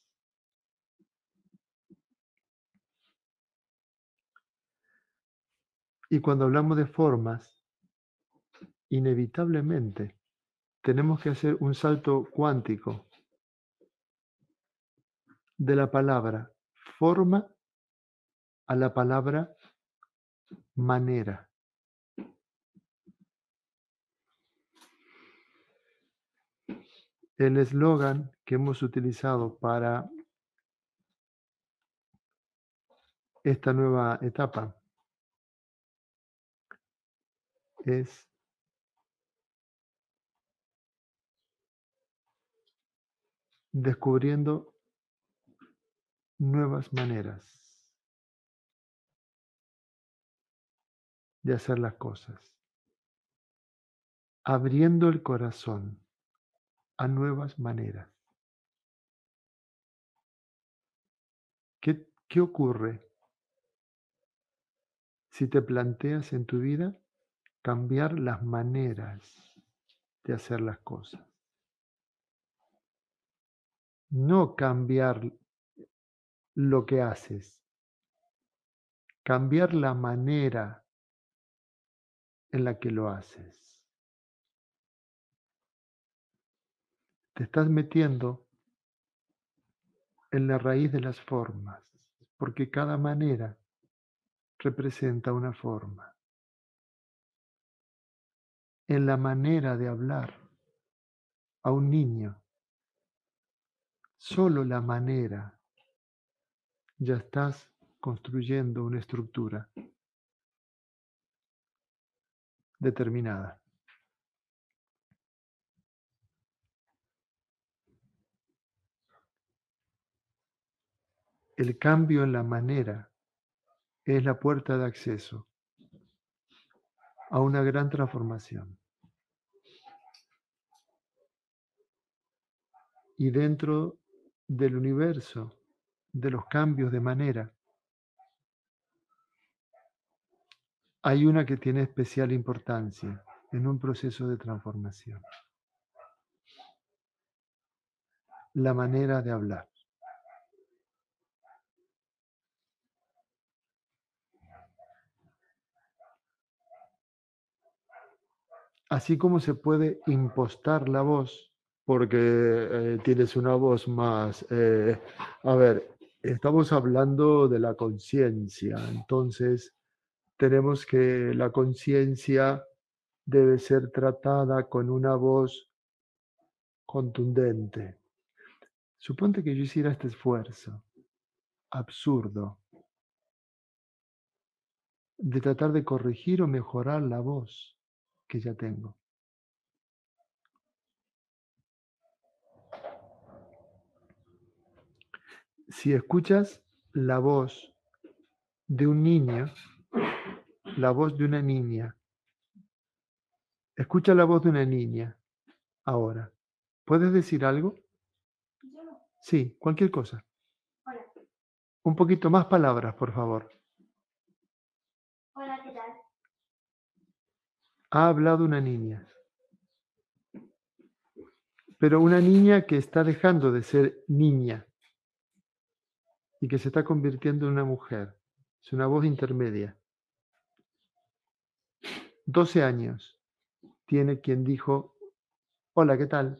Y cuando hablamos de formas, inevitablemente tenemos que hacer un salto cuántico de la palabra forma a la palabra manera. El eslogan que hemos utilizado para esta nueva etapa es descubriendo nuevas maneras de hacer las cosas, abriendo el corazón a nuevas maneras. ¿Qué, qué ocurre si te planteas en tu vida cambiar las maneras de hacer las cosas? No cambiar lo que haces, cambiar la manera en la que lo haces. Te estás metiendo en la raíz de las formas, porque cada manera representa una forma. En la manera de hablar a un niño, solo la manera, ya estás construyendo una estructura determinada. El cambio en la manera es la puerta de acceso a una gran transformación. Y dentro del universo de los cambios de manera, hay una que tiene especial importancia en un proceso de transformación. La manera de hablar. Así como se puede impostar la voz, porque eh, tienes una voz más... Eh, a ver, estamos hablando de la conciencia, entonces tenemos que la conciencia debe ser tratada con una voz contundente. Suponte que yo hiciera este esfuerzo absurdo de tratar de corregir o mejorar la voz que ya tengo. Si escuchas la voz de un niño, la voz de una niña, escucha la voz de una niña ahora. ¿Puedes decir algo? Sí, cualquier cosa. Hola. Un poquito más palabras, por favor. Hola, ¿qué tal? Ha hablado una niña. Pero una niña que está dejando de ser niña y que se está convirtiendo en una mujer. Es una voz intermedia. doce años tiene quien dijo, hola, ¿qué tal?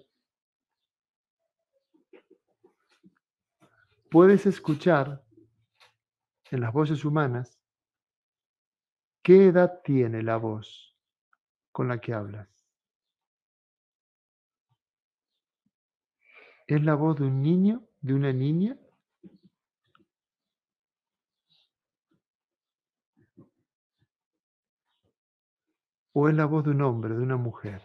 Puedes escuchar en las voces humanas qué edad tiene la voz con la que hablas. ¿Es la voz de un niño, de una niña? ¿O es la voz de un hombre, de una mujer?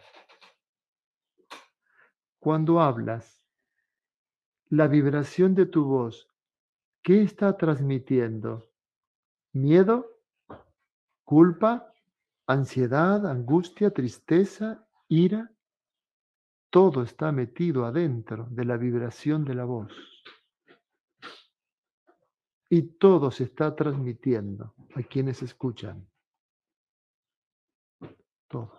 Cuando hablas, la vibración de tu voz, ¿qué está transmitiendo? ¿Miedo? ¿Culpa? ¿Ansiedad? ¿Angustia? ¿Tristeza? ¿Ira? Todo está metido adentro de la vibración de la voz. Y todo se está transmitiendo a quienes escuchan. Todo.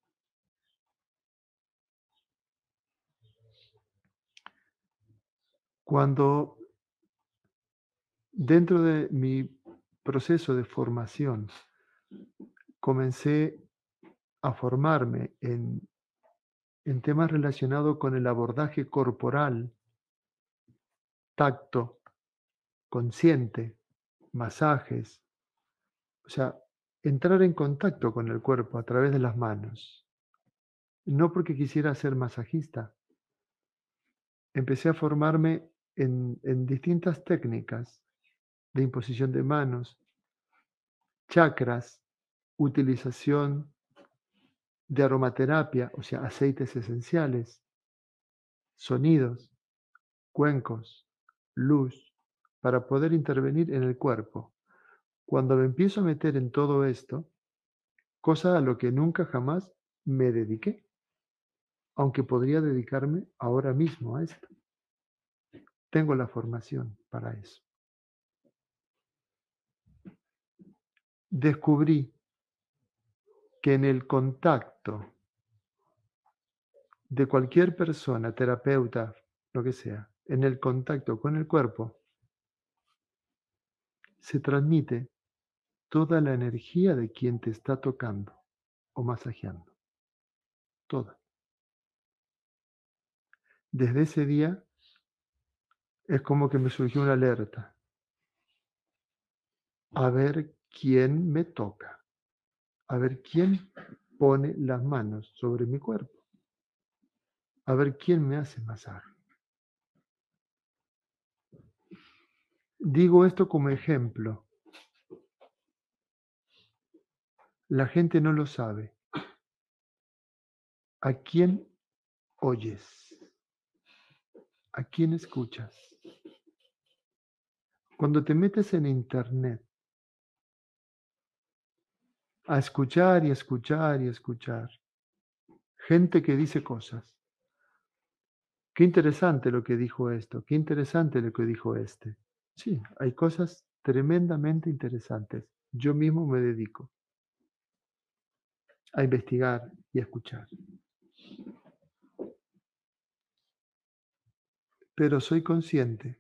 Cuando dentro de mi proceso de formación comencé a formarme en, en temas relacionados con el abordaje corporal, tacto, consciente, masajes, o sea, entrar en contacto con el cuerpo a través de las manos. No porque quisiera ser masajista. Empecé a formarme en, en distintas técnicas de imposición de manos, chakras, utilización de aromaterapia, o sea, aceites esenciales, sonidos, cuencos, luz, para poder intervenir en el cuerpo. Cuando me empiezo a meter en todo esto, cosa a lo que nunca jamás me dediqué, aunque podría dedicarme ahora mismo a esto. Tengo la formación para eso. Descubrí que en el contacto de cualquier persona, terapeuta, lo que sea, en el contacto con el cuerpo, se transmite toda la energía de quien te está tocando o masajeando. Toda. Desde ese día es como que me surgió una alerta. A ver quién me toca, a ver quién pone las manos sobre mi cuerpo, a ver quién me hace masaje. Digo esto como ejemplo. La gente no lo sabe. ¿A quién oyes? ¿A quién escuchas? Cuando te metes en internet a escuchar y escuchar y escuchar, gente que dice cosas. Qué interesante lo que dijo esto, qué interesante lo que dijo este. Sí, hay cosas tremendamente interesantes. Yo mismo me dedico a investigar y a escuchar. Pero soy consciente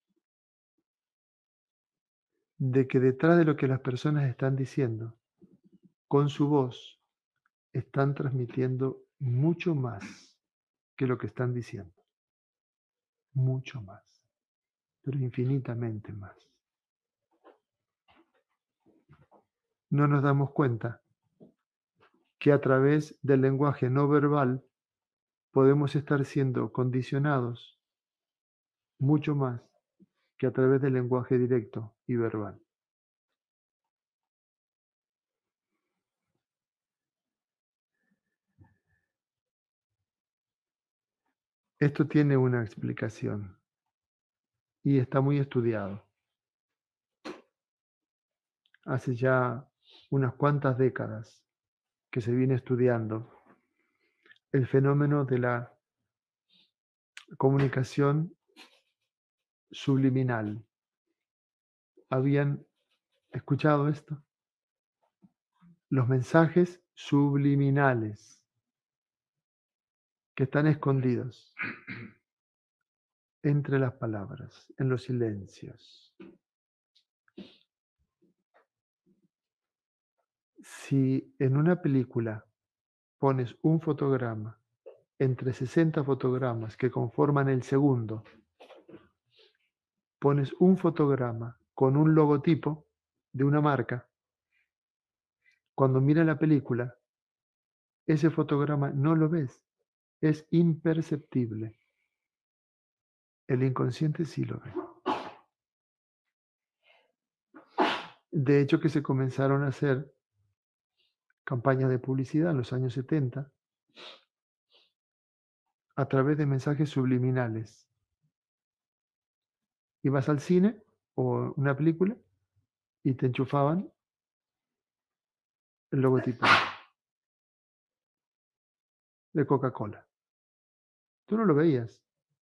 de que detrás de lo que las personas están diciendo, con su voz, están transmitiendo mucho más que lo que están diciendo. Mucho más, pero infinitamente más. No nos damos cuenta que a través del lenguaje no verbal podemos estar siendo condicionados mucho más que a través del lenguaje directo y verbal. Esto tiene una explicación y está muy estudiado. Hace ya unas cuantas décadas que se viene estudiando el fenómeno de la comunicación subliminal. ¿Habían escuchado esto? Los mensajes subliminales que están escondidos entre las palabras, en los silencios. Si en una película pones un fotograma entre sesenta fotogramas que conforman el segundo, pones un fotograma con un logotipo de una marca, cuando mira la película, ese fotograma no lo ves, es imperceptible. El inconsciente sí lo ve. De hecho, que se comenzaron a hacer campañas de publicidad en los años setenta a través de mensajes subliminales. Ibas al cine o una película y te enchufaban el logotipo de Coca-Cola. Tú no lo veías.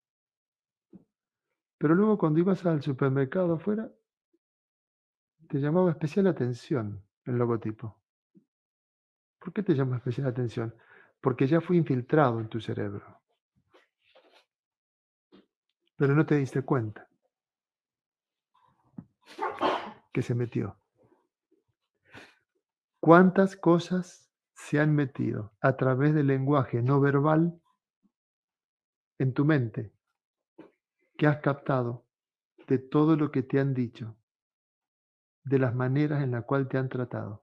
Pero luego cuando ibas al supermercado afuera, te llamaba especial atención el logotipo. ¿Por qué te llama especial atención? Porque ya fue infiltrado en tu cerebro. Pero no te diste cuenta que se metió. ¿Cuántas cosas se han metido a través del lenguaje no verbal en tu mente que has captado de todo lo que te han dicho, de las maneras en las cuales te han tratado?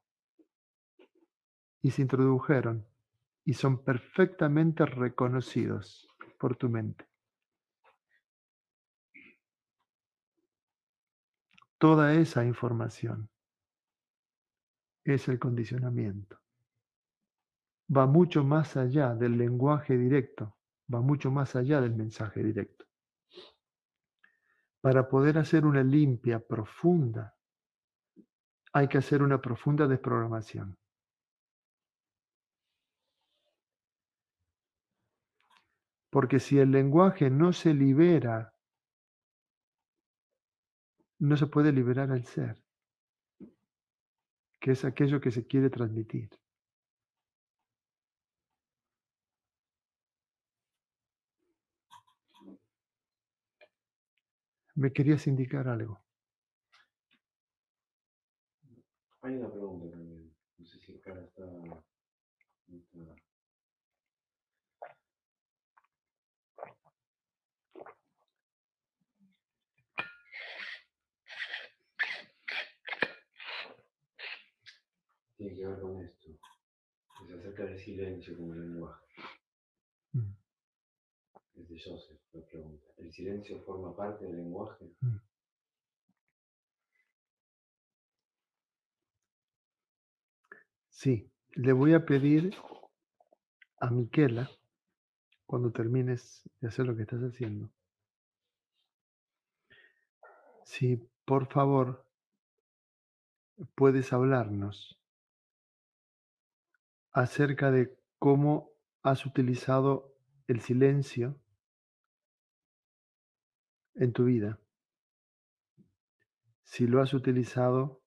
Y se introdujeron y son perfectamente reconocidos por tu mente. Toda esa información es el condicionamiento. Va mucho más allá del lenguaje directo, va mucho más allá del mensaje directo. Para poder hacer una limpia profunda, hay que hacer una profunda desprogramación. Porque si el lenguaje no se libera, no se puede liberar al ser, que es aquello que se quiere transmitir. ¿Me querías indicar algo? Hay una pregunta también. No sé si acá está. está- que ver con esto. Es acerca del silencio como lenguaje. Mm. Es de Joseph la pregunta. ¿El silencio forma parte del lenguaje? Mm. Sí, le voy a pedir a Miquela, cuando termines de hacer lo que estás haciendo, si por favor puedes hablarnos acerca de cómo has utilizado el silencio en tu vida. Si lo has utilizado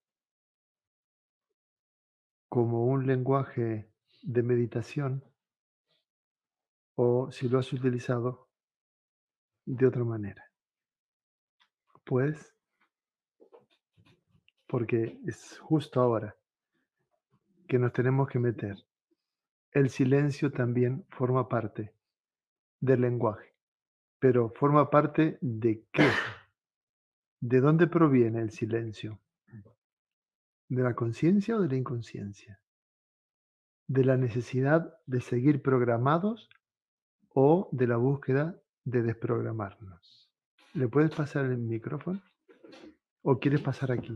como un lenguaje de meditación o si lo has utilizado de otra manera. ¿Puedes? Porque es justo ahora que nos tenemos que meter. El silencio también forma parte del lenguaje, pero forma parte de qué? ¿De dónde proviene el silencio? ¿De la conciencia o de la inconsciencia? ¿De la necesidad de seguir programados o de la búsqueda de desprogramarnos? ¿Le puedes pasar el micrófono? ¿O quieres pasar aquí?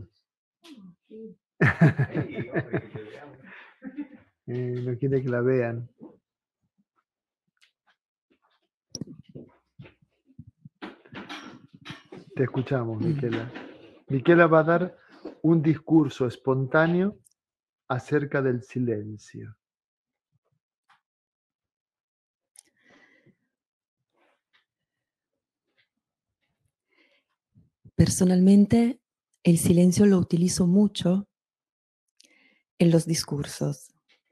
Eh, no quiere que la vean. Te escuchamos, Miquela. Miquela va a dar un discurso espontáneo acerca del silencio. Personalmente, el silencio lo utilizo mucho en los discursos.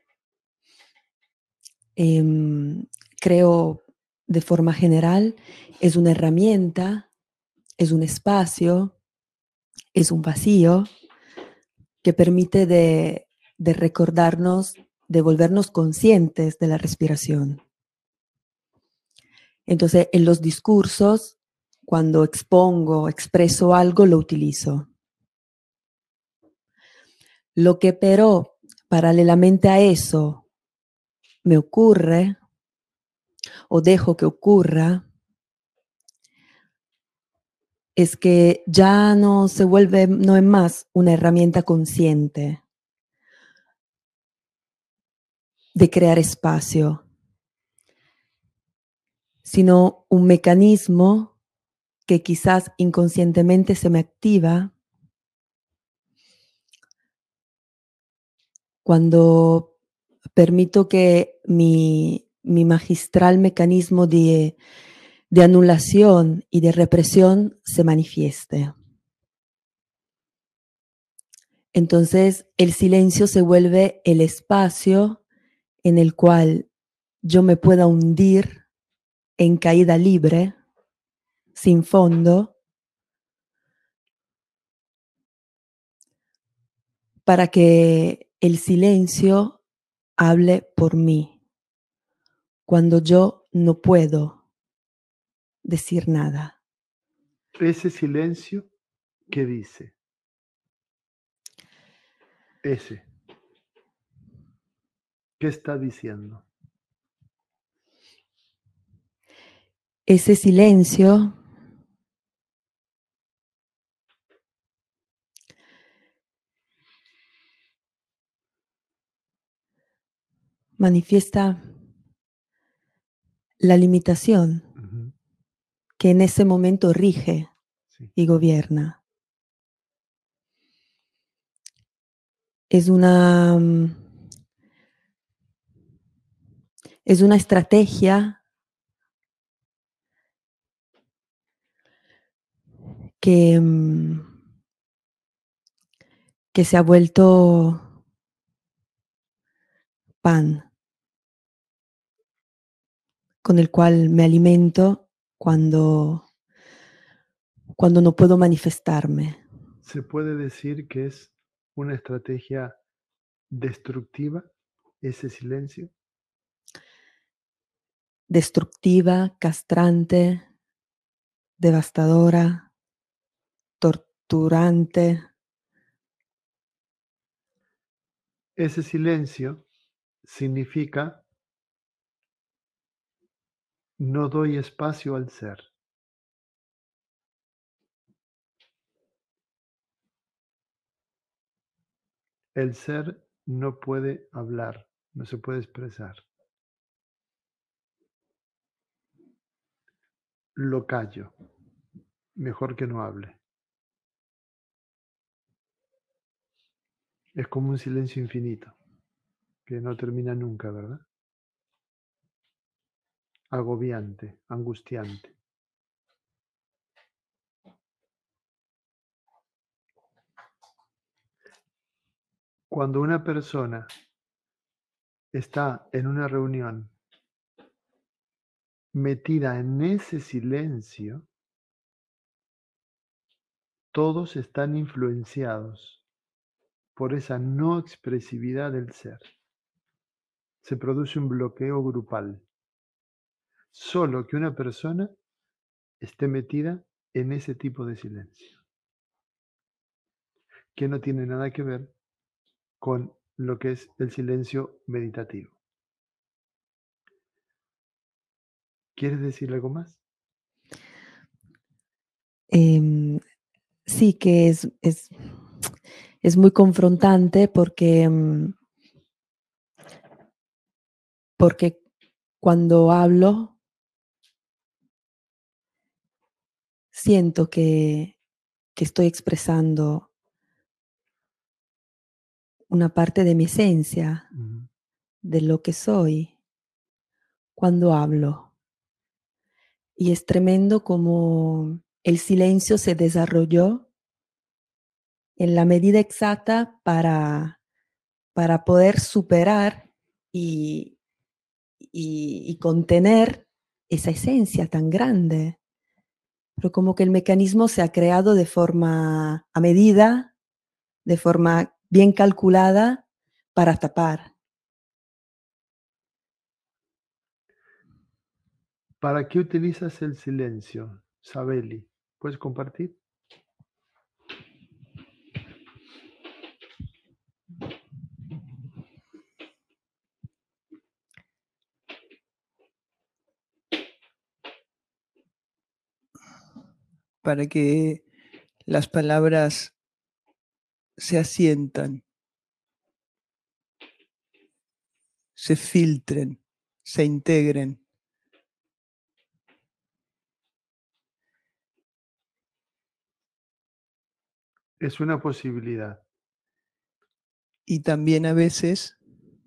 Eh, creo de forma general, es una herramienta, es un espacio, es un vacío que permite de, de recordarnos, de volvernos conscientes de la respiración. Entonces, en los discursos, cuando expongo, expreso algo, lo utilizo. Lo que pero, paralelamente a eso, me ocurre o dejo que ocurra, es que ya no se vuelve, no es más una herramienta consciente de crear espacio, sino un mecanismo que quizás inconscientemente se me activa cuando permito que mi, mi magistral mecanismo de, de anulación y de represión se manifieste. Entonces, el silencio se vuelve el espacio en el cual yo me pueda hundir en caída libre, sin fondo, para que el silencio hable por mí, cuando yo no puedo decir nada. Ese silencio que dice, ese, ¿qué está diciendo? Ese silencio manifiesta la limitación Uh-huh. que en ese momento rige Sí. y gobierna. Es una, es una estrategia que, que se ha vuelto pan, con el cual me alimento cuando, cuando no puedo manifestarme. ¿Se puede decir que es una estrategia destructiva ese silencio? Destructiva, castrante, devastadora, torturante. Ese silencio significa no doy espacio al ser. El ser no puede hablar, no se puede expresar. Lo callo, mejor que no hable. Es como un silencio infinito, que no termina nunca, ¿verdad? Agobiante, angustiante. Cuando una persona está en una reunión metida en ese silencio, todos están influenciados por esa no expresividad del ser. Se produce un bloqueo grupal. Solo que una persona esté metida en ese tipo de silencio, que no tiene nada que ver con lo que es el silencio meditativo. ¿Quieres decir algo más? Em, sí, que es, es, es muy confrontante porque, mm, porque cuando hablo siento que, que estoy expresando una parte de mi esencia, Ujú. de lo que soy, cuando hablo. Y es tremendo como el silencio se desarrolló en la medida exacta para, para poder superar y, y, y contener esa esencia tan grande. Pero como que el mecanismo se ha creado de forma a medida, de forma bien calculada para tapar. ¿Para qué utilizas el silencio, Sabeli? ¿Puedes compartir? Para que las palabras se asientan, se filtren, se integren. Es una posibilidad. Y también a veces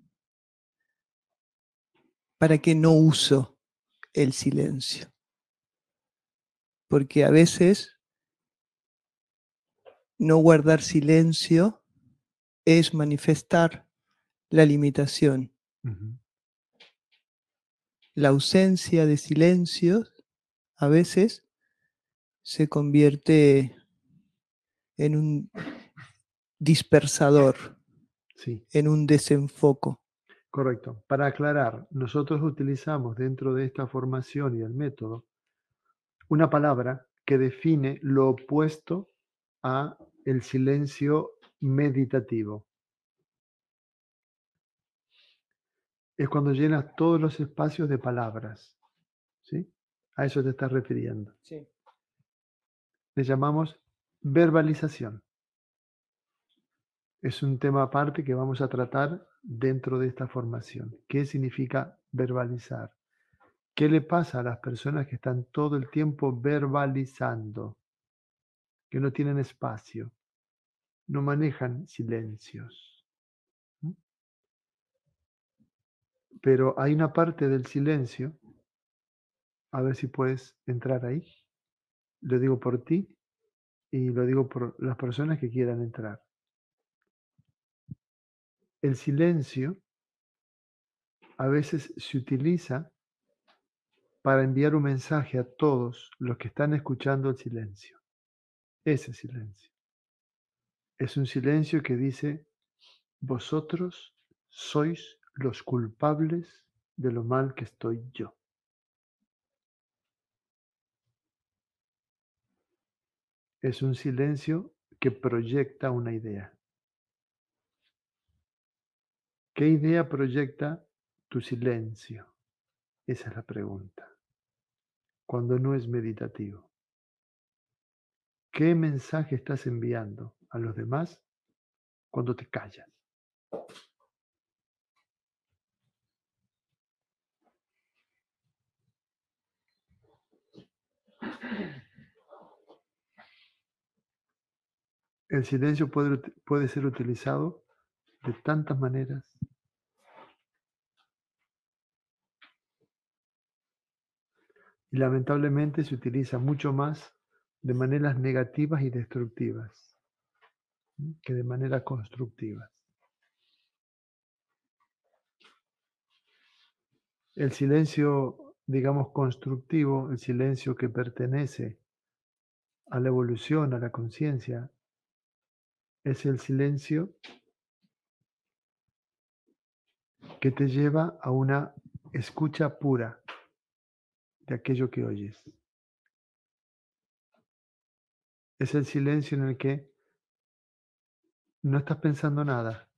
para que no uso el silencio. Porque a veces no guardar silencio es manifestar la limitación. Ujú. La ausencia de silencio a veces se convierte en un dispersador, Sí, en un desenfoco. correcto. Para aclarar, nosotros utilizamos dentro de esta formación y del método una palabra que define lo opuesto a el silencio meditativo. Es cuando llenas todos los espacios de palabras, ¿sí? A eso te estás refiriendo. Sí. Le llamamos verbalización. Es un tema aparte que vamos a tratar dentro de esta formación. ¿Qué significa verbalizar? ¿Qué le pasa a las personas que están todo el tiempo verbalizando? Que no tienen espacio, no manejan silencios. ¿Mm? Pero hay una parte del silencio, a ver si puedes entrar ahí. Lo digo por ti y lo digo por las personas que quieran entrar. El silencio a veces se utiliza para enviar un mensaje a todos los que están escuchando el silencio. Ese silencio. Es un silencio que dice, vosotros sois los culpables de lo mal que estoy yo. Es un silencio que proyecta una idea. ¿Qué idea proyecta tu silencio? Esa es la pregunta. Cuando no es meditativo. ¿Qué mensaje estás enviando a los demás cuando te callas? El silencio puede, puede ser utilizado de tantas maneras. Y lamentablemente se utiliza mucho más de maneras negativas y destructivas que de maneras constructivas. El silencio, digamos, constructivo, el silencio que pertenece a la evolución, a la conciencia, es el silencio que te lleva a una escucha pura de aquello que oyes. Es el silencio en el que no estás pensando nada.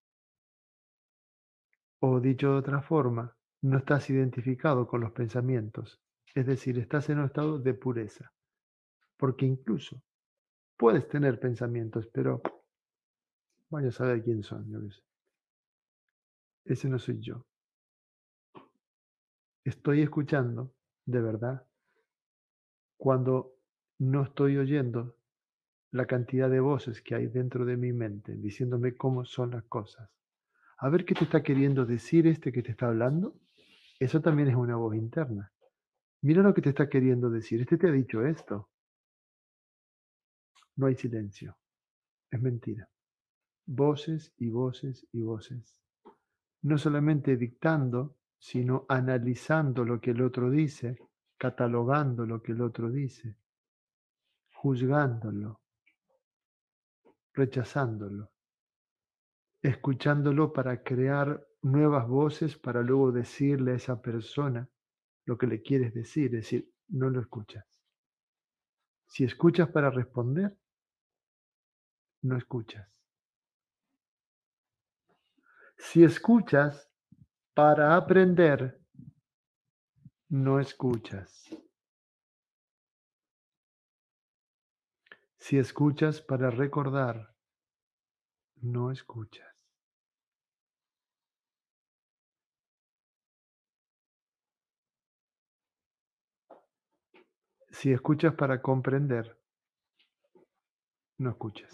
O dicho de otra forma, no estás identificado con los pensamientos. Es decir, estás en un estado de pureza. Porque incluso puedes tener pensamientos, pero vaya a saber quién son, yo qué sé. Ese no soy yo. Estoy escuchando, de verdad, cuando no estoy oyendo la cantidad de voces que hay dentro de mi mente, diciéndome cómo son las cosas. A ver qué te está queriendo decir este que te está hablando. Eso también es una voz interna. Mira lo que te está queriendo decir. Este te ha dicho esto. No hay silencio. Es mentira. Voces y voces y voces. No solamente dictando, sino analizando lo que el otro dice, catalogando lo que el otro dice, juzgándolo, rechazándolo, escuchándolo para crear nuevas voces para luego decirle a esa persona lo que le quieres decir, es decir, no lo escuchas. Si escuchas para responder, no escuchas. Si escuchas para aprender, no escuchas. Si escuchas para recordar, no escuchas. Si escuchas para comprender, no escuchas.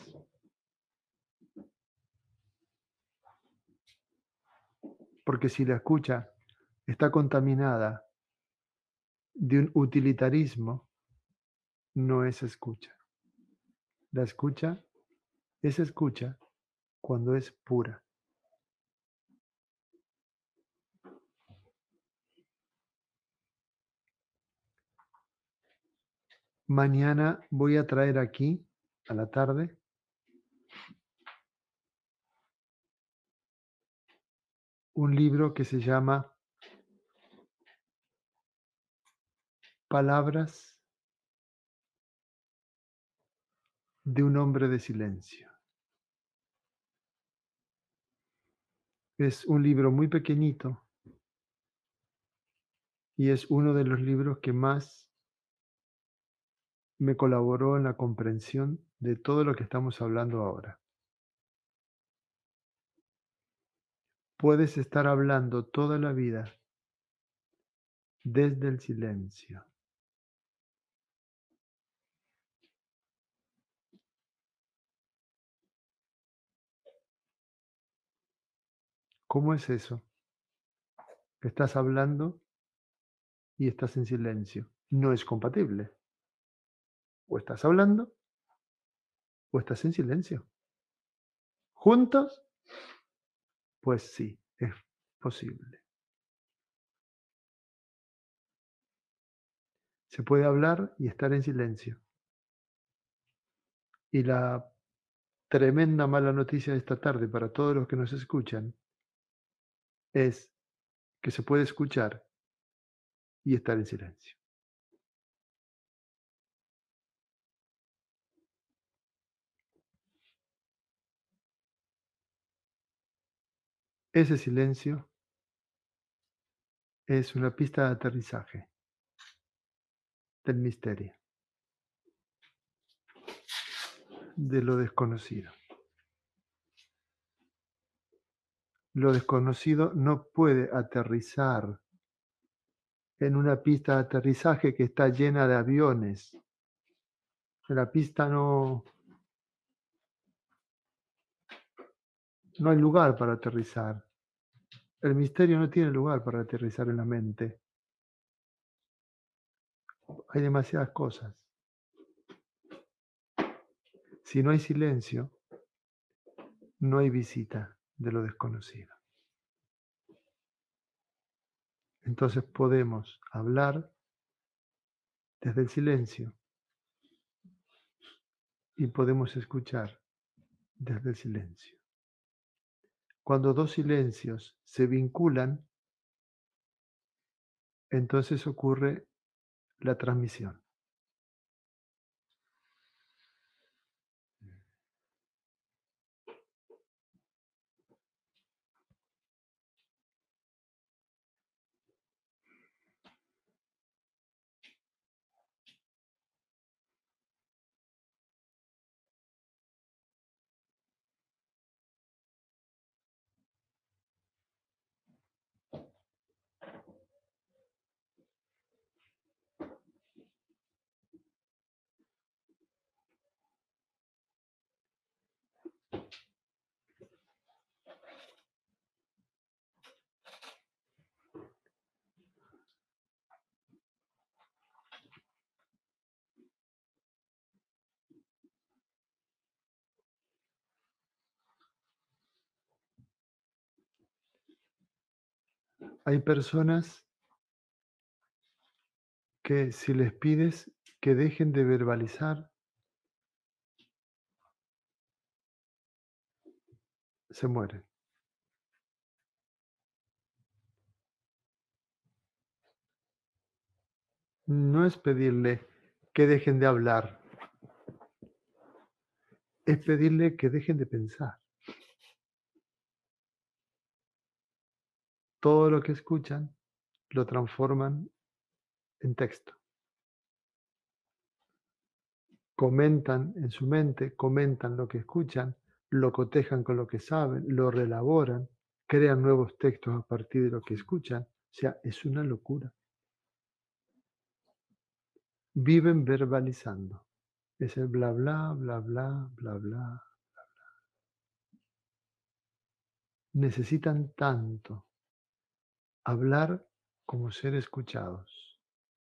Porque si la escucha está contaminada de un utilitarismo, no es escucha. La escucha es escucha cuando es pura. Mañana voy a traer aquí, a la tarde, un libro que se llama Palabras de un hombre de silencio. Es un libro muy pequeñito y es uno de los libros que más me colaboró en la comprensión de todo lo que estamos hablando ahora. Puedes estar hablando toda la vida desde el silencio. ¿Cómo es eso? Estás hablando y estás en silencio. No es compatible. O estás hablando o estás en silencio. ¿Juntos? Pues sí, es posible. Se puede hablar y estar en silencio. Y la tremenda mala noticia de esta tarde para todos los que nos escuchan es que se puede escuchar y estar en silencio. Ese silencio es una pista de aterrizaje del misterio, de lo desconocido. Lo desconocido no puede aterrizar en una pista de aterrizaje que está llena de aviones. La pista no, no hay lugar para aterrizar. El misterio no tiene lugar para aterrizar en la mente. Hay demasiadas cosas. Si no hay silencio, no hay visita de lo desconocido. Entonces podemos hablar desde el silencio y podemos escuchar desde el silencio. Cuando dos silencios se vinculan, entonces ocurre la transmisión. Hay personas que si les pides que dejen de verbalizar, se mueren. No es pedirle que dejen de hablar, es pedirle que dejen de pensar. Todo lo que escuchan lo transforman en texto. Comentan en su mente, comentan lo que escuchan, lo cotejan con lo que saben, lo reelaboran, crean nuevos textos a partir de lo que escuchan. O sea, es una locura. Viven verbalizando. Es el bla bla, bla bla, bla bla. Necesitan tanto hablar como ser escuchados.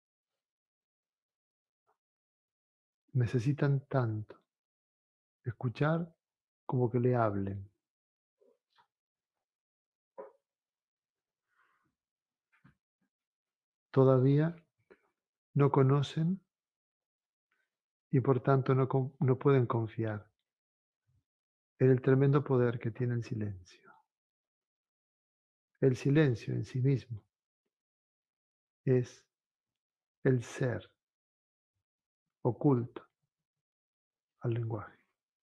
Necesitan tanto escuchar como que le hablen. Todavía no conocen y por tanto no, no pueden confiar en el tremendo poder que tiene el silencio. El silencio en sí mismo es el ser oculto al lenguaje.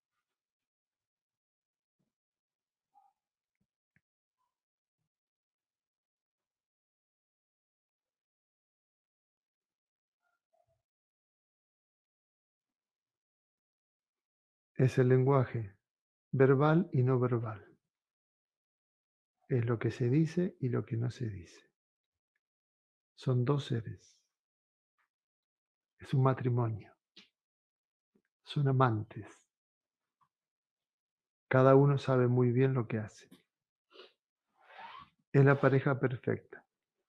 Es el lenguaje verbal y no verbal. Es lo que se dice y lo que no se dice. Son dos seres. Es un matrimonio. Son amantes. Cada uno sabe muy bien lo que hace. Es la pareja perfecta.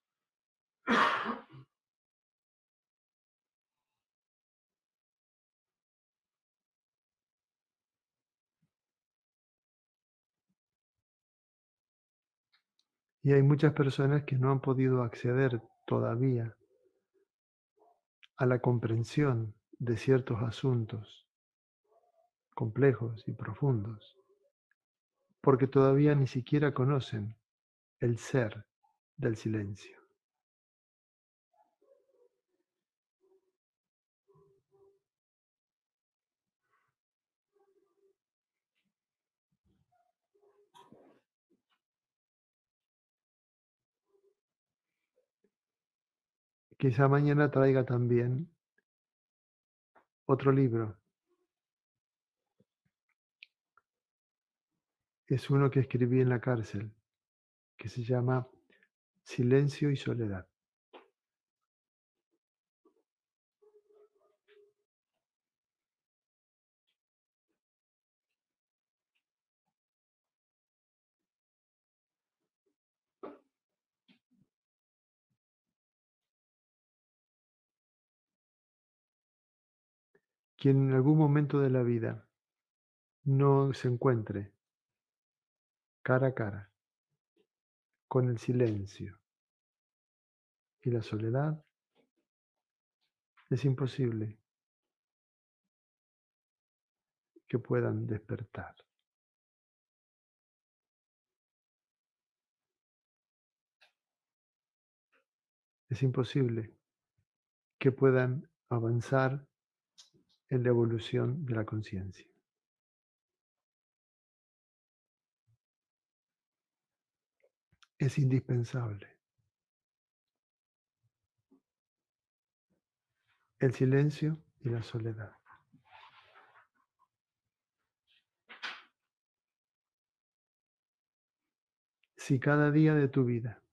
Y hay muchas personas que no han podido acceder todavía a la comprensión de ciertos asuntos complejos y profundos, porque todavía ni siquiera conocen el ser del silencio. Quizá mañana traiga también otro libro. Es uno que escribí en la cárcel, que se llama Silencio y Soledad. Quien en algún momento de la vida no se encuentre cara a cara con el silencio y la soledad, es imposible que puedan despertar. Es imposible que puedan avanzar en la evolución de la conciencia. Es indispensable. El silencio y la soledad. Si cada día de tu vida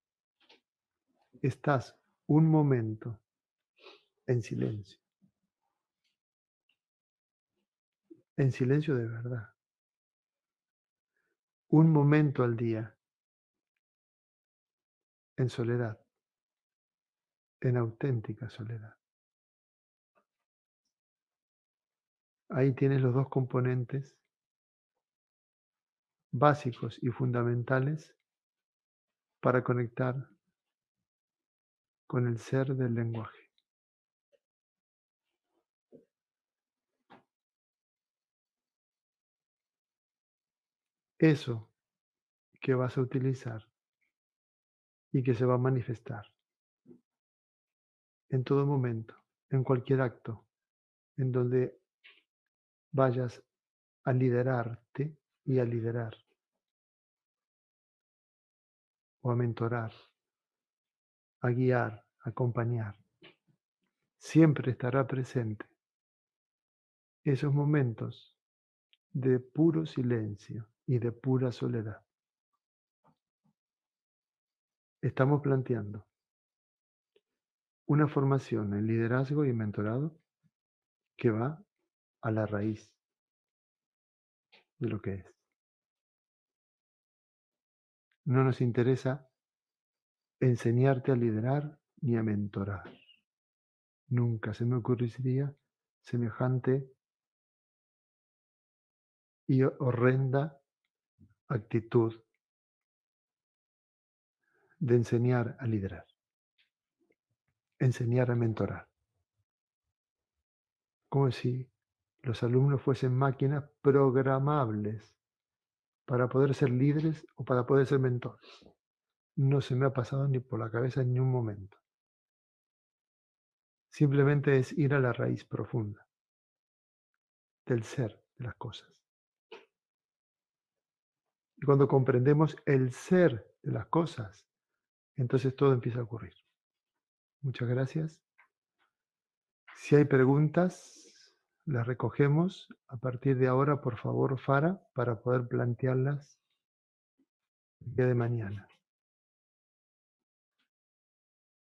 estás un momento en silencio, en silencio de verdad, un momento al día en soledad, en auténtica soledad, ahí tienes los dos componentes básicos y fundamentales para conectar con el ser del lenguaje. Eso que vas a utilizar y que se va a manifestar en todo momento, en cualquier acto, en donde vayas a liderarte y a liderar, o a mentorar, a guiar, a acompañar. Siempre estará presente esos momentos de puro silencio y de pura soledad. Estamos planteando una formación en liderazgo y mentorado que va a la raíz de lo que es. No nos interesa enseñarte a liderar ni a mentorar. Nunca se me ocurriría semejante y horrenda actitud de enseñar a liderar, enseñar a mentorar. Como si los alumnos fuesen máquinas programables para poder ser líderes o para poder ser mentores. No se me ha pasado ni por la cabeza en ni un momento. Simplemente es ir a la raíz profunda del ser de las cosas. Y cuando comprendemos el ser de las cosas, entonces todo empieza a ocurrir. Muchas gracias. Si hay preguntas, las recogemos a partir de ahora, por favor, Fara, para poder plantearlas el día de mañana.